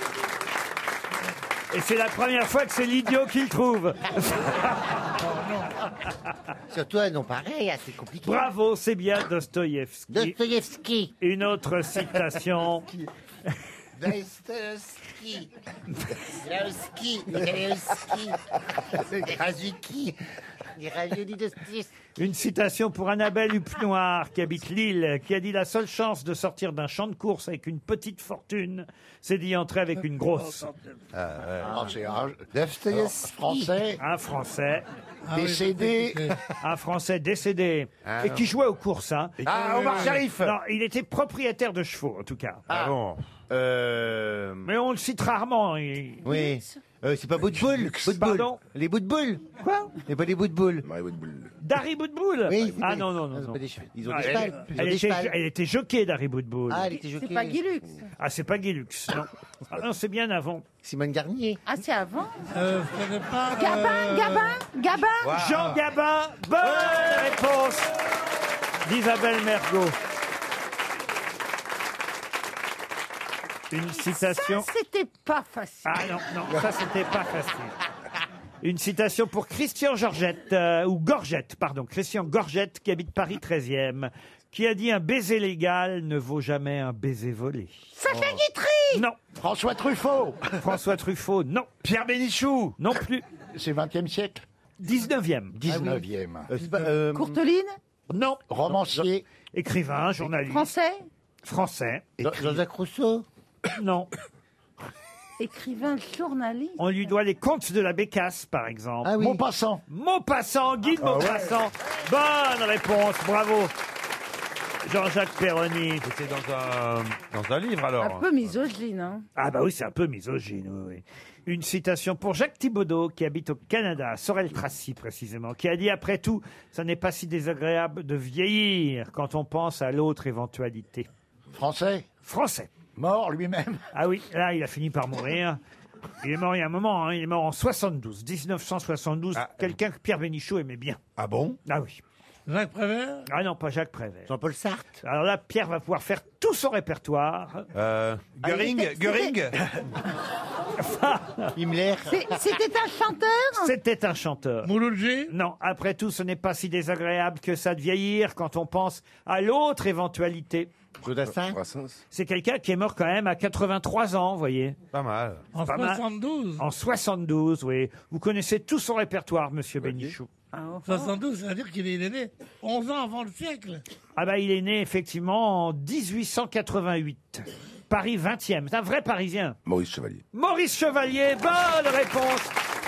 Et c'est la première fois que c'est l'idiot qui le trouve. Surtout un nom pareil, c'est compliqué. Bravo, c'est bien Dostoïevski. Dostoïevski. Une autre citation. Dostoïevski. Grauski. Grauski. Krasuki. Une citation pour Annabelle Hupnoir, qui habite Lille, qui a dit « La seule chance de sortir d'un champ de course avec une petite fortune, c'est d'y entrer avec une grosse. C'est un Dostoïevski. Français. Un Français. Décédé. Un Français décédé. Et qui jouait aux courses. Hein. Ah, Omar Sharif. Non, il était propriétaire de chevaux, en tout cas. Ah bon. Mais on le cite rarement. Oui. C'est pas bout de boule. Bout de boule. Pardon? Les bouts de boule. Quoi? C'est pas des bouts de boule. Dari Boudboul? Oui. Ah non, non, non. C'est non. pas des chevaux. Ils ont Ah, des chevals. Ils ont Elle des était, chevals. elle était jockey, Dari Boudboul. Ah, elle était jockey. C'est pas Guy Lux. Ah, c'est pas Guy Lux, non. Ah non, c'est bien avant. Simone Garnier. Ah, c'est avant. Ce n'est pas. Gabin. Jean Gabin, bonne réponse d'Isabelle Mergo. Une citation. Ça, c'était pas facile. Ah non, non, ça c'était pas facile. Une citation pour Christian Georgette, ou Gorgette, pardon, Christian Gorgette, qui habite Paris 13e, qui a dit « Un baiser légal ne vaut jamais un baiser volé Sacha Guitry. Non. François Truffaut. François Truffaut, non. Pierre Bénichou. Non plus. C'est 20e siècle. 19e. 19e. Courteline. Non. Romancier. Écrivain, journaliste. Français. Français. Jean-Jacques Rousseau. Non. Écrivain, journaliste. On lui doit les contes de la Bécasse, par exemple. Ah oui. Maupassant. Maupassant, Guy de Maupassant. Bonne réponse, bravo. Jean-Jacques Perroni. C'était dans un livre alors. Un peu misogyne, hein. Ah bah oui, c'est un peu misogyne, oui. Une citation pour Jacques Thibaudot, qui habite au Canada, à Sorel-Tracy précisément, qui a dit « Après tout, ça n'est pas si désagréable de vieillir quand on pense à l'autre éventualité. » Français. Mort lui-même. Ah oui, là, il a fini par mourir. Il est mort il y a un moment, hein, il est mort en 1972. Quelqu'un que Pierre Bénichou aimait bien. Ah bon? Ah oui. Jacques Prévert? Ah non, pas Jacques Prévert. Jean-Paul Sartre. Alors là, Pierre va pouvoir faire tout son répertoire. Göring? Himmler. C'était un chanteur? C'était un chanteur. Mouloudji? Non, après tout, ce n'est pas si désagréable que ça de vieillir quand on pense à l'autre éventualité. Jodassin. C'est quelqu'un qui est mort quand même à 83 ans, vous voyez. Pas mal. En Pas mal. 72? En 72, oui. Vous connaissez tout son répertoire, monsieur Bénichou. 72, c'est-à-dire qu'il est né 11 ans avant le siècle. Ah bah, il est né effectivement en 1888. Paris 20e. C'est un vrai Parisien. Maurice Chevalier. Maurice Chevalier, bonne réponse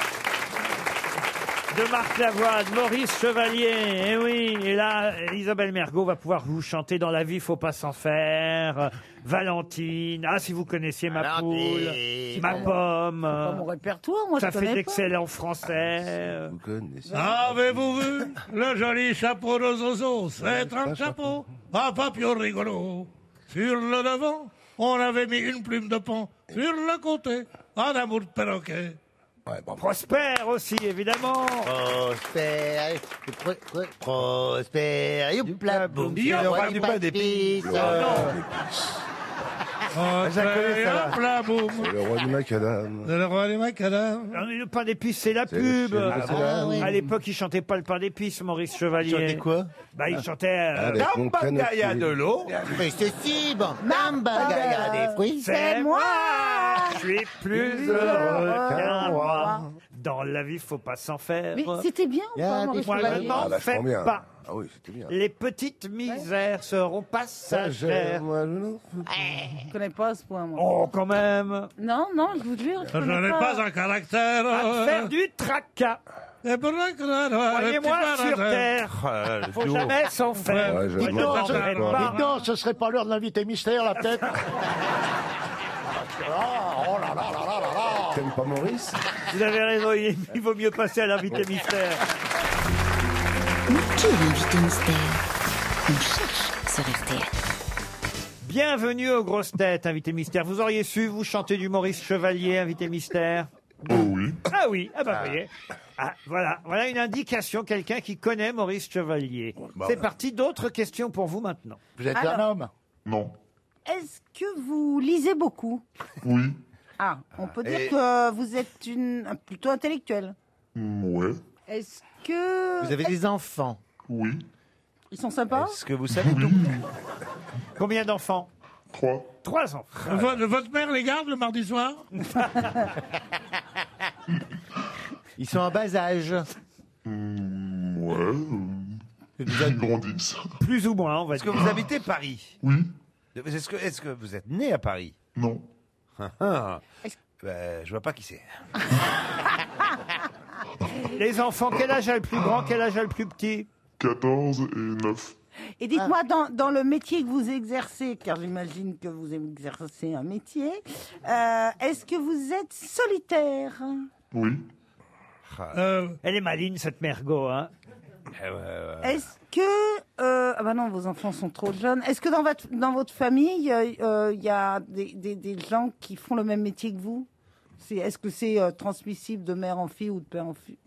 de Marc Lavoine. Maurice Chevalier, eh oui. Et là, Isabelle Mergo va pouvoir vous chanter Dans la vie, faut pas s'en faire. Valentine. Ah, si vous connaissiez ma poule, ma pomme. Pas mon répertoire, moi, Ça je connais fait pas. d'excellents français. Vous connaissez. Avez-vous vu le joli chapeau de Zozo? C'est un chapeau à papillon rigolo. Sur le devant, on avait mis une plume de pan. Sur le côté, un amour de perroquet. Ouais, bon. Prosper aussi, évidemment. Prosper, youpla, boum. Il le roi parle du pain d'épices. Je la connais, ça, là. Plat boum. C'est le roi du macadam. C'est le roi des macadam. Le pain d'épices, c'est la C'est pub. le chef de la- oui. À l'époque, il chantait pas le pain d'épices, Maurice Chevalier. Il chantait quoi? Bah, il chantait. Avec mon Gambagaya canapé. de l'eau. Mais ceci, bon. Mambagaya des fruits. C'est moi. Je suis plus heureux qu'un roi. Dans la vie, faut pas s'en faire. Mais c'était bien ou Y a pas, des Maurice Moi, Chevalier? je m'en Ah, vachement fais bien. pas. Ah oui, c'était bien. Les petites misères seront passagères. Moi, je n'en Je connais pas à ce point, moi. Oh, quand même. Non, non, je vous jure, je Je connais n'ai pas un caractère. À faire du tracas. Croyez-moi, sur terre, faut jamais s'en faire. Ouais, je Moi, vois. n'en Non, ferai pas. dites donc, ce serait pas l'heure de l'invité mystère, là, peut-être? T'aimes pas Maurice? Vous avez raison, il vaut mieux passer à l'invité mystère. Mais qui est l'invité mystère? On cherche sur RTL. Bienvenue aux grosses têtes, invité mystère. Vous auriez su, vous chanter du Maurice Chevalier, invité mystère? Oh oui. Ah oui, ah bah voyez. Ah, voilà une indication, quelqu'un qui connaît Maurice Chevalier. C'est parti, d'autres questions pour vous maintenant. Vous êtes un homme? Non. Est-ce que vous lisez beaucoup? Oui. Ah, on peut dire que vous êtes plutôt intellectuel. Ouais. Est-ce que... Vous avez des enfants? Oui. Ils sont sympas? Est-ce que vous savez tout? Combien d'enfants? 3. 3 enfants. Votre mère les garde le mardi soir? Ils sont en bas âge. Ouais. Ils grandissent. Plus ou moins, on va Est-ce dire. que vous habitez Paris? Oui. Est-ce que vous êtes né à Paris? Non. Je vois pas qui c'est. Les enfants, quel âge a le plus grand, quel âge a le plus petit? 14 et 9. Et dites-moi, dans le métier que vous exercez, car j'imagine que vous exercez un métier, est-ce que vous êtes solitaire? Oui. Elle est maligne, cette Mergo, hein. Est-ce que... ah bah non, vos enfants sont trop jeunes. Est-ce que dans votre famille, il y a des gens qui font le même métier que vous? Est-ce que c'est transmissible de mère en fille ou de père en fille?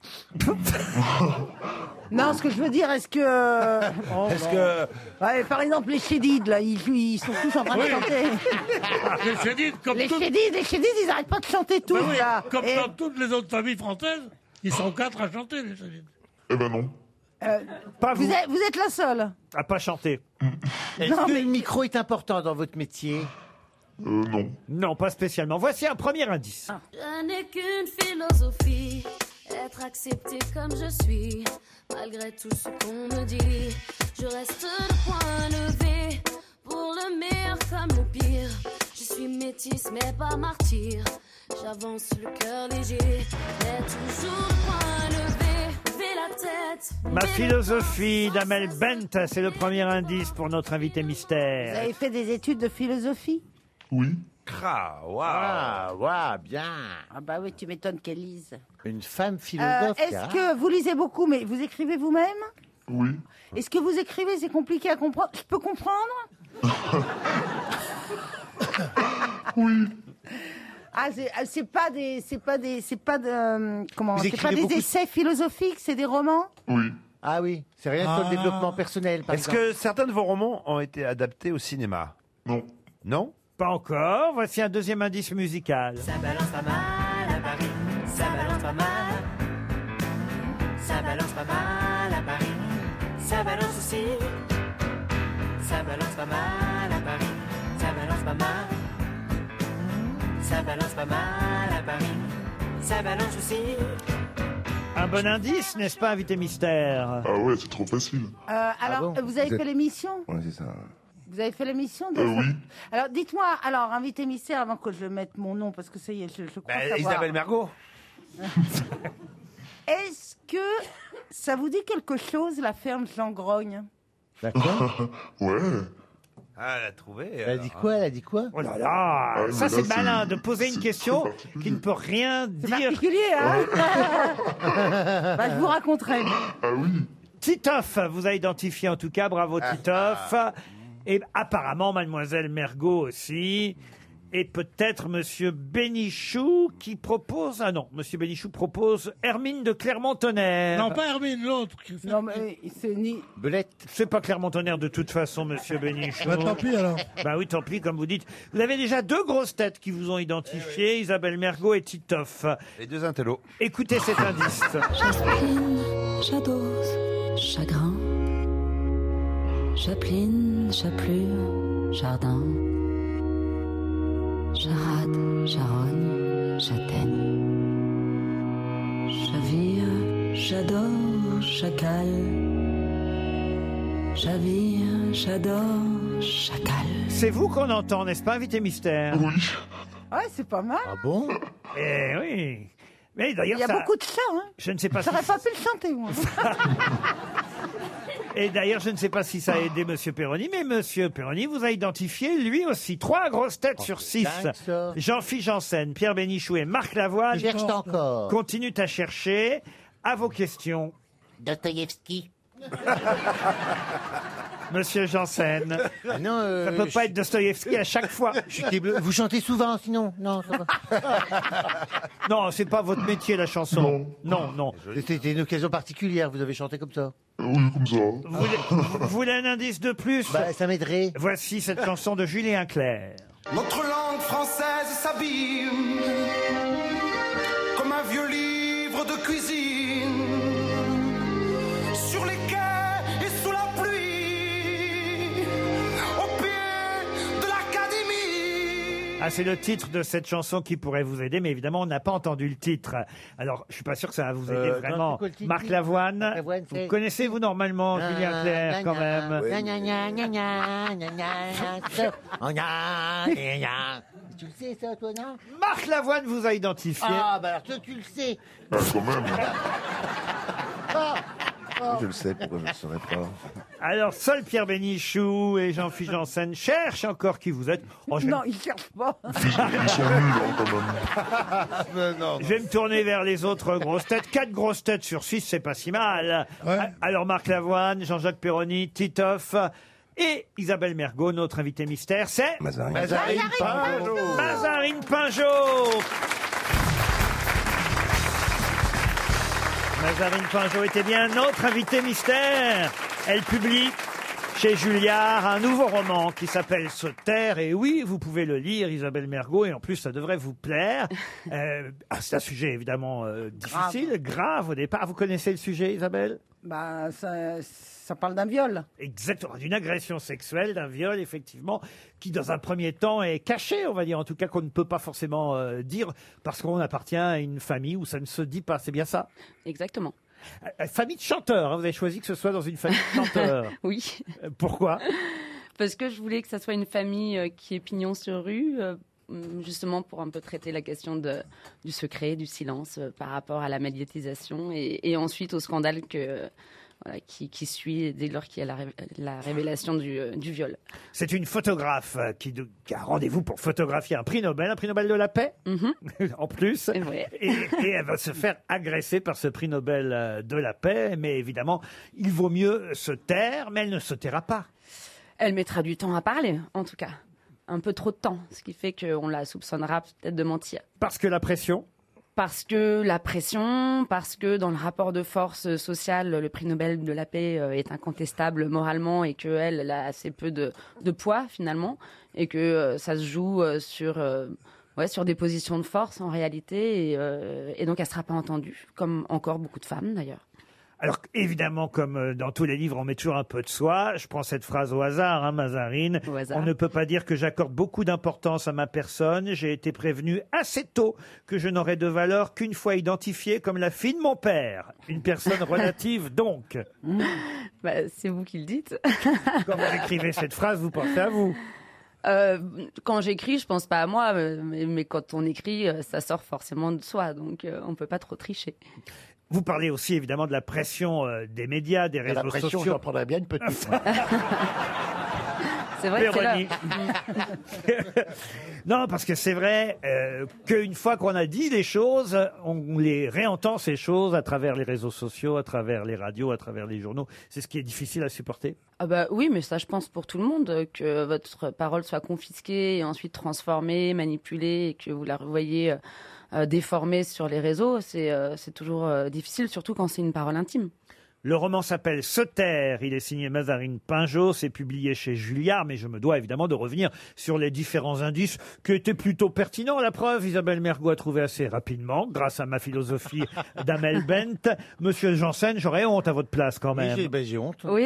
Non, ce que je veux dire, est-ce que... Ouais, par exemple, les Chédides, là, ils sont tous en train de chanter. Les Chédides, comme Les Chédides, ils n'arrêtent pas de chanter tous, Ben oui, là. comme Et- dans toutes les autres familles françaises, ils sont 4 à chanter, les Chédides. Eh ben non. Pas vous. Vous êtes la seule. À pas chanter. Est-ce Non, que mais- le micro est important dans votre métier? Non. Non, pas spécialement. Voici un premier indice. Je n'ai qu'une philosophie, être accepté comme je suis, malgré tout ce qu'on me dit. Je reste le point levé, pour le meilleur comme le pire. Je suis métisse mais pas martyr, j'avance le cœur léger, mais toujours le point levé. Lever la tête, Ma philosophie d'Amel Bent, c'est le premier indice pour notre invité Vous mystère. avez fait des études de philosophie? Oui. Waouh, bien. Ah bah oui, tu m'étonnes qu'elle lise. Une femme philosophe. Est-ce que vous lisez beaucoup, mais vous écrivez vous-même? Oui. Est-ce que vous écrivez, c'est compliqué à comprendre? Je peux comprendre? Oui. Ah, c'est pas comment? Vous C'est pas écrivez des beaucoup- essais philosophiques, c'est des romans? Oui. Ah oui, c'est rien sur le développement personnel, par Est-ce exemple. que certains de vos romans ont été adaptés au cinéma? Non. Non? Pas encore. Voici un deuxième indice musical. Ça balance pas mal à Paris, ça balance pas mal. Ça balance pas mal à Paris, ça balance aussi. Ça balance pas mal à Paris, ça balance pas mal. Ça balance pas mal à Paris, ça balance aussi. Un bon indice, n'est-ce pas, invité mystère? Ah ouais, c'est trop facile. Alors, vous avez fait l'émission? Ouais, c'est ça. Vous avez fait l'émission Oui. Alors, dites-moi, alors, invité mystère, avant que je mette mon nom, parce que ça y est, je crois savoir. Isabelle Mergo. Est-ce que ça vous dit quelque chose, la ferme Jean Grogne? D'accord. Ouais. Ah, elle a trouvé. Elle a dit quoi? Elle a dit quoi? Oh là là, Ah, mais ça là, c'est malin c'est- de poser une question qui ne peut rien C'est dire. particulier, hein? Bah, je vous raconterai. Ah oui. Titoff vous a identifié en tout cas, bravo Titoff. Et apparemment Mademoiselle Mergo aussi. Et peut-être Monsieur Bénichou qui propose... Ah non, Monsieur Bénichou propose Hermine de Clermont-Tonnerre. Non, pas Hermine, l'autre. Non, mais c'est ni... Belette. C'est pas Clermont-Tonnerre de toute façon, Monsieur Bénichou. Bah, tant pis alors. Bah oui, tant pis, comme vous dites. Vous avez déjà deux grosses têtes qui vous ont identifié, Isabelle Mergo et Titoff. Les deux intellos. Écoutez cet indice. J'aspirine, j'adose, chagrin. J'apline, j'appure, jardin. J'arrate, j'arogne, j'atteigne. J'avire, j'adore, chacal. J'avire, j'adore, chacal. C'est vous qu'on entend, n'est-ce pas, invité mystère? Oui. Ouais, c'est pas mal. Ah bon? Eh oui. Mais Il d'ailleurs, y a ça... beaucoup de chats, hein? Je ne sais pas si... J'aurais pas pu le chanter, moi. Et d'ailleurs, je ne sais pas si ça a aidé Monsieur Perroni, mais Monsieur Perroni vous a identifié, lui aussi, 3 grosses têtes sur 6. dingue, ça. Jean-Philippe Janssen, Pierre Bénichou et Marc Lavoine Je cherche encore. continuent à chercher. À vos questions, Dostoïevski. Monsieur Janssen. Ah non, Ça peut pas être Dostoïevski à chaque fois. Vous chantez souvent, sinon? Non, ça va. Non, c'est pas votre métier, la chanson. Non, non. C'était une occasion particulière, vous avez chanté comme ça. Oui, comme ça. Vous voulez un indice de plus? Bah, ça m'aiderait. Voici cette chanson de Julien Clerc. Notre langue française s'abîme comme un vieux livre de cuisine sur les quais et sous la pluie au pied de l'académie. Ah, c'est le titre de cette chanson qui pourrait vous aider, mais évidemment, on n'a pas entendu le titre. Alors, je suis pas sûr que ça va vous aider non, vraiment. c'est quoi le titre? Marc Lavoine, Marc Lavoine, vous c'est- connaissez, vous, normalement, Julien Clerc, quand même. Tu le sais, ça, toi, non? Marc Lavoine vous a identifié. Ah, bah alors toi, tu le sais. Ah, quand même. Je le sais, pourquoi je ne le saurais pas. Alors, seul Pierre Bénichou et Jean-Philippe Janssen cherchent encore qui vous êtes. Oh, je, vais, Non, il cherche pas. Ils sont nuls, hein, quand même. je vais me tourner vers les autres grosses têtes. 4 grosses têtes sur 6, c'est pas si mal. Ouais. Alors, Marc Lavoine, Jean-Jacques Perroni, Titoff et Isabelle Mergo, notre invité mystère, c'est... Mazarine. Mazarine Pinjot. Mazarine Pinjot. Mazarine Pinjot était bien notre invité mystère. Elle publie chez Julliard un nouveau roman qui s'appelle Se taire. Et oui, vous pouvez le lire, Isabelle Mergo, et en plus, ça devrait vous plaire. C'est un sujet évidemment difficile, grave au départ. Vous connaissez le sujet, Isabelle? Bah, ça parle d'un viol. Exactement, d'une agression sexuelle, d'un viol, effectivement, qui dans un premier temps est caché, on va dire, en tout cas qu'on ne peut pas forcément dire, parce qu'on appartient à une famille où ça ne se dit pas, c'est bien ça? Exactement. Famille de chanteurs, hein, vous avez choisi que ce soit dans une famille de chanteurs. Oui. Pourquoi? Parce que je voulais que ça soit une famille qui est pignon sur rue, justement pour un peu traiter la question du secret, du silence par rapport à la médiatisation et ensuite au scandale voilà, qui suit dès lors qu'il y a la révélation du viol. C'est une photographe qui a rendez-vous pour photographier un prix Nobel de la paix, en plus. Et elle va se faire agresser par ce prix Nobel de la paix. Mais évidemment, il vaut mieux se taire, mais elle ne se taira pas. Elle mettra du temps à parler, en tout cas. Un peu trop de temps, ce qui fait qu'on la soupçonnera peut-être de mentir. Parce que la pression ? Parce que la pression, parce que dans le rapport de force sociale, le prix Nobel de la paix est incontestable moralement et qu'elle a assez peu de poids finalement, et que ça se joue sur des positions de force en réalité, et donc elle ne sera pas entendue, comme encore beaucoup de femmes d'ailleurs. Alors, évidemment, comme dans tous les livres, on met toujours un peu de soi. Je prends cette phrase au hasard, Mazarine. Au hasard. On ne peut pas dire que j'accorde beaucoup d'importance à ma personne. J'ai été prévenu assez tôt que je n'aurais de valeur qu'une fois identifiée comme la fille de mon père. Une personne relative, donc. C'est vous qui le dites. Quand vous écrivez cette phrase, vous pensez à vous. Quand j'écris, je pense pas à moi, mais quand on écrit, ça sort forcément de soi. Donc, on peut pas trop tricher. Vous parlez aussi évidemment de la pression des médias, des réseaux sociaux. La pression, j'en prendrais bien une petite. C'est vrai que c'est là. Non, parce que c'est vrai qu'une fois qu'on a dit les choses, on les réentend ces choses à travers les réseaux sociaux, à travers les radios, à travers les journaux. C'est ce qui est difficile à supporter. Oui, mais ça, je pense pour tout le monde, que votre parole soit confisquée et ensuite transformée, manipulée, et que vous la revoyez déformée sur les réseaux. C'est toujours difficile, surtout quand c'est une parole intime. Le roman s'appelle Se taire, il est signé Mazarine Pinjot, c'est publié chez Julliard, mais je me dois évidemment de revenir sur les différents indices qui étaient plutôt pertinents. La preuve, Isabelle Mergo a trouvé assez rapidement, grâce à ma philosophie d'Amel Bent. Monsieur Janssen, j'aurais honte à votre place quand même. J'ai honte. Oui.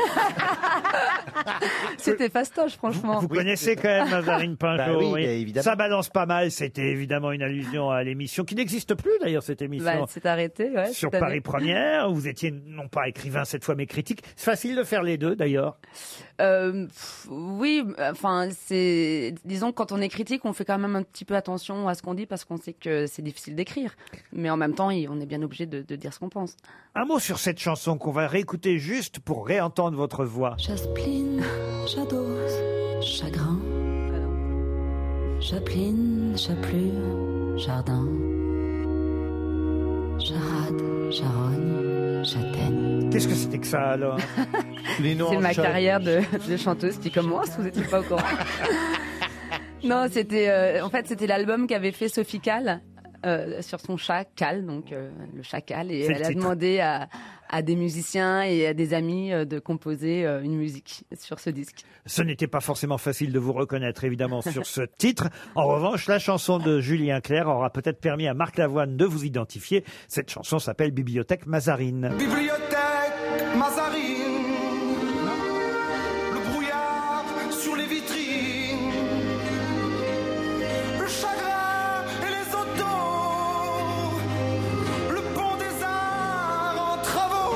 C'était fastoche, franchement. Vous connaissez quand même Mazarine Pinjot. Oui, évidemment. Ça balance pas mal, c'était évidemment une allusion à l'émission, qui n'existe plus d'ailleurs, cette émission. C'est arrêté, ouais. Sur Paris Première, où vous étiez non pas écrivain cette fois, mais critique. C'est facile de faire les deux, d'ailleurs. Oui, enfin, disons que quand on est critique, on fait quand même un petit peu attention à ce qu'on dit parce qu'on sait que c'est difficile d'écrire. Mais en même temps, on est bien obligé de dire ce qu'on pense. Un mot sur cette chanson qu'on va réécouter juste pour réentendre votre voix. J'aspline, j'adose, chagrin. J'apline, j'appelure, jardin. J'arrade, j'arogne, j'atteigne. Qu'est-ce que c'était que ça alors? C'est ma carrière de chanteuse qui commence, vous n'étiez pas au courant. Non, c'était en fait c'était l'album qu'avait fait Sophie Calle sur son chat Cal, donc le chat Cal, et elle a demandé à des musiciens et à des amis de composer une musique sur ce disque. Ce n'était pas forcément facile de vous reconnaître évidemment sur ce titre. En revanche, la chanson de Julien Clerc aura peut-être permis à Marc Lavoine de vous identifier. Cette chanson s'appelle Bibliothèque Mazarine. Bibliothèque Mazarine, le brouillard sur les vitrines, le chagrin et les autos, le pont des arts en travaux.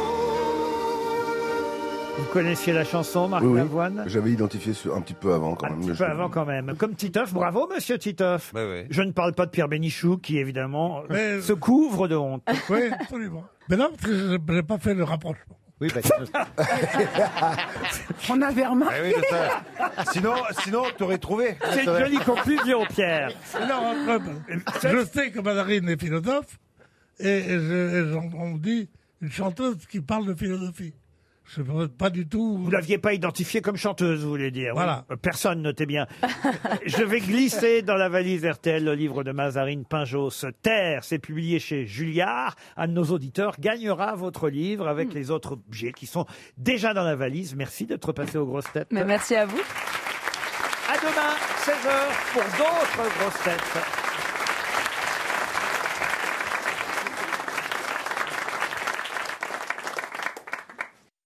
Vous connaissiez la chanson, Marc Lavoine? J'avais identifié un petit peu avant quand même. Un petit peu avant quand même. Comme Titoff, bravo monsieur Titoff. Je ne parle pas de Pierre Bénichou qui évidemment se couvre de honte. Oui, absolument. Mais non, parce que je n'ai pas fait le rapprochement. Oui, On avait remarqué. Sinon, t'aurais trouvé. C'est une jolie conclusion, Pierre. Non, je sais que Mazarine est philosophe, et on me dit une chanteuse qui parle de philosophie. Je ne sais pas du tout. Vous l'aviez pas identifiée comme chanteuse, vous voulez dire. Voilà. Oui. Personne, notez bien. Je vais glisser dans la valise RTL le livre de Mazarine Pinjot, Se taire. C'est publié chez Julliard. Un de nos auditeurs gagnera votre livre avec les autres objets qui sont déjà dans la valise. Merci d'être passé aux grosses têtes. Mais merci à vous. À demain, 16h, pour d'autres grosses têtes.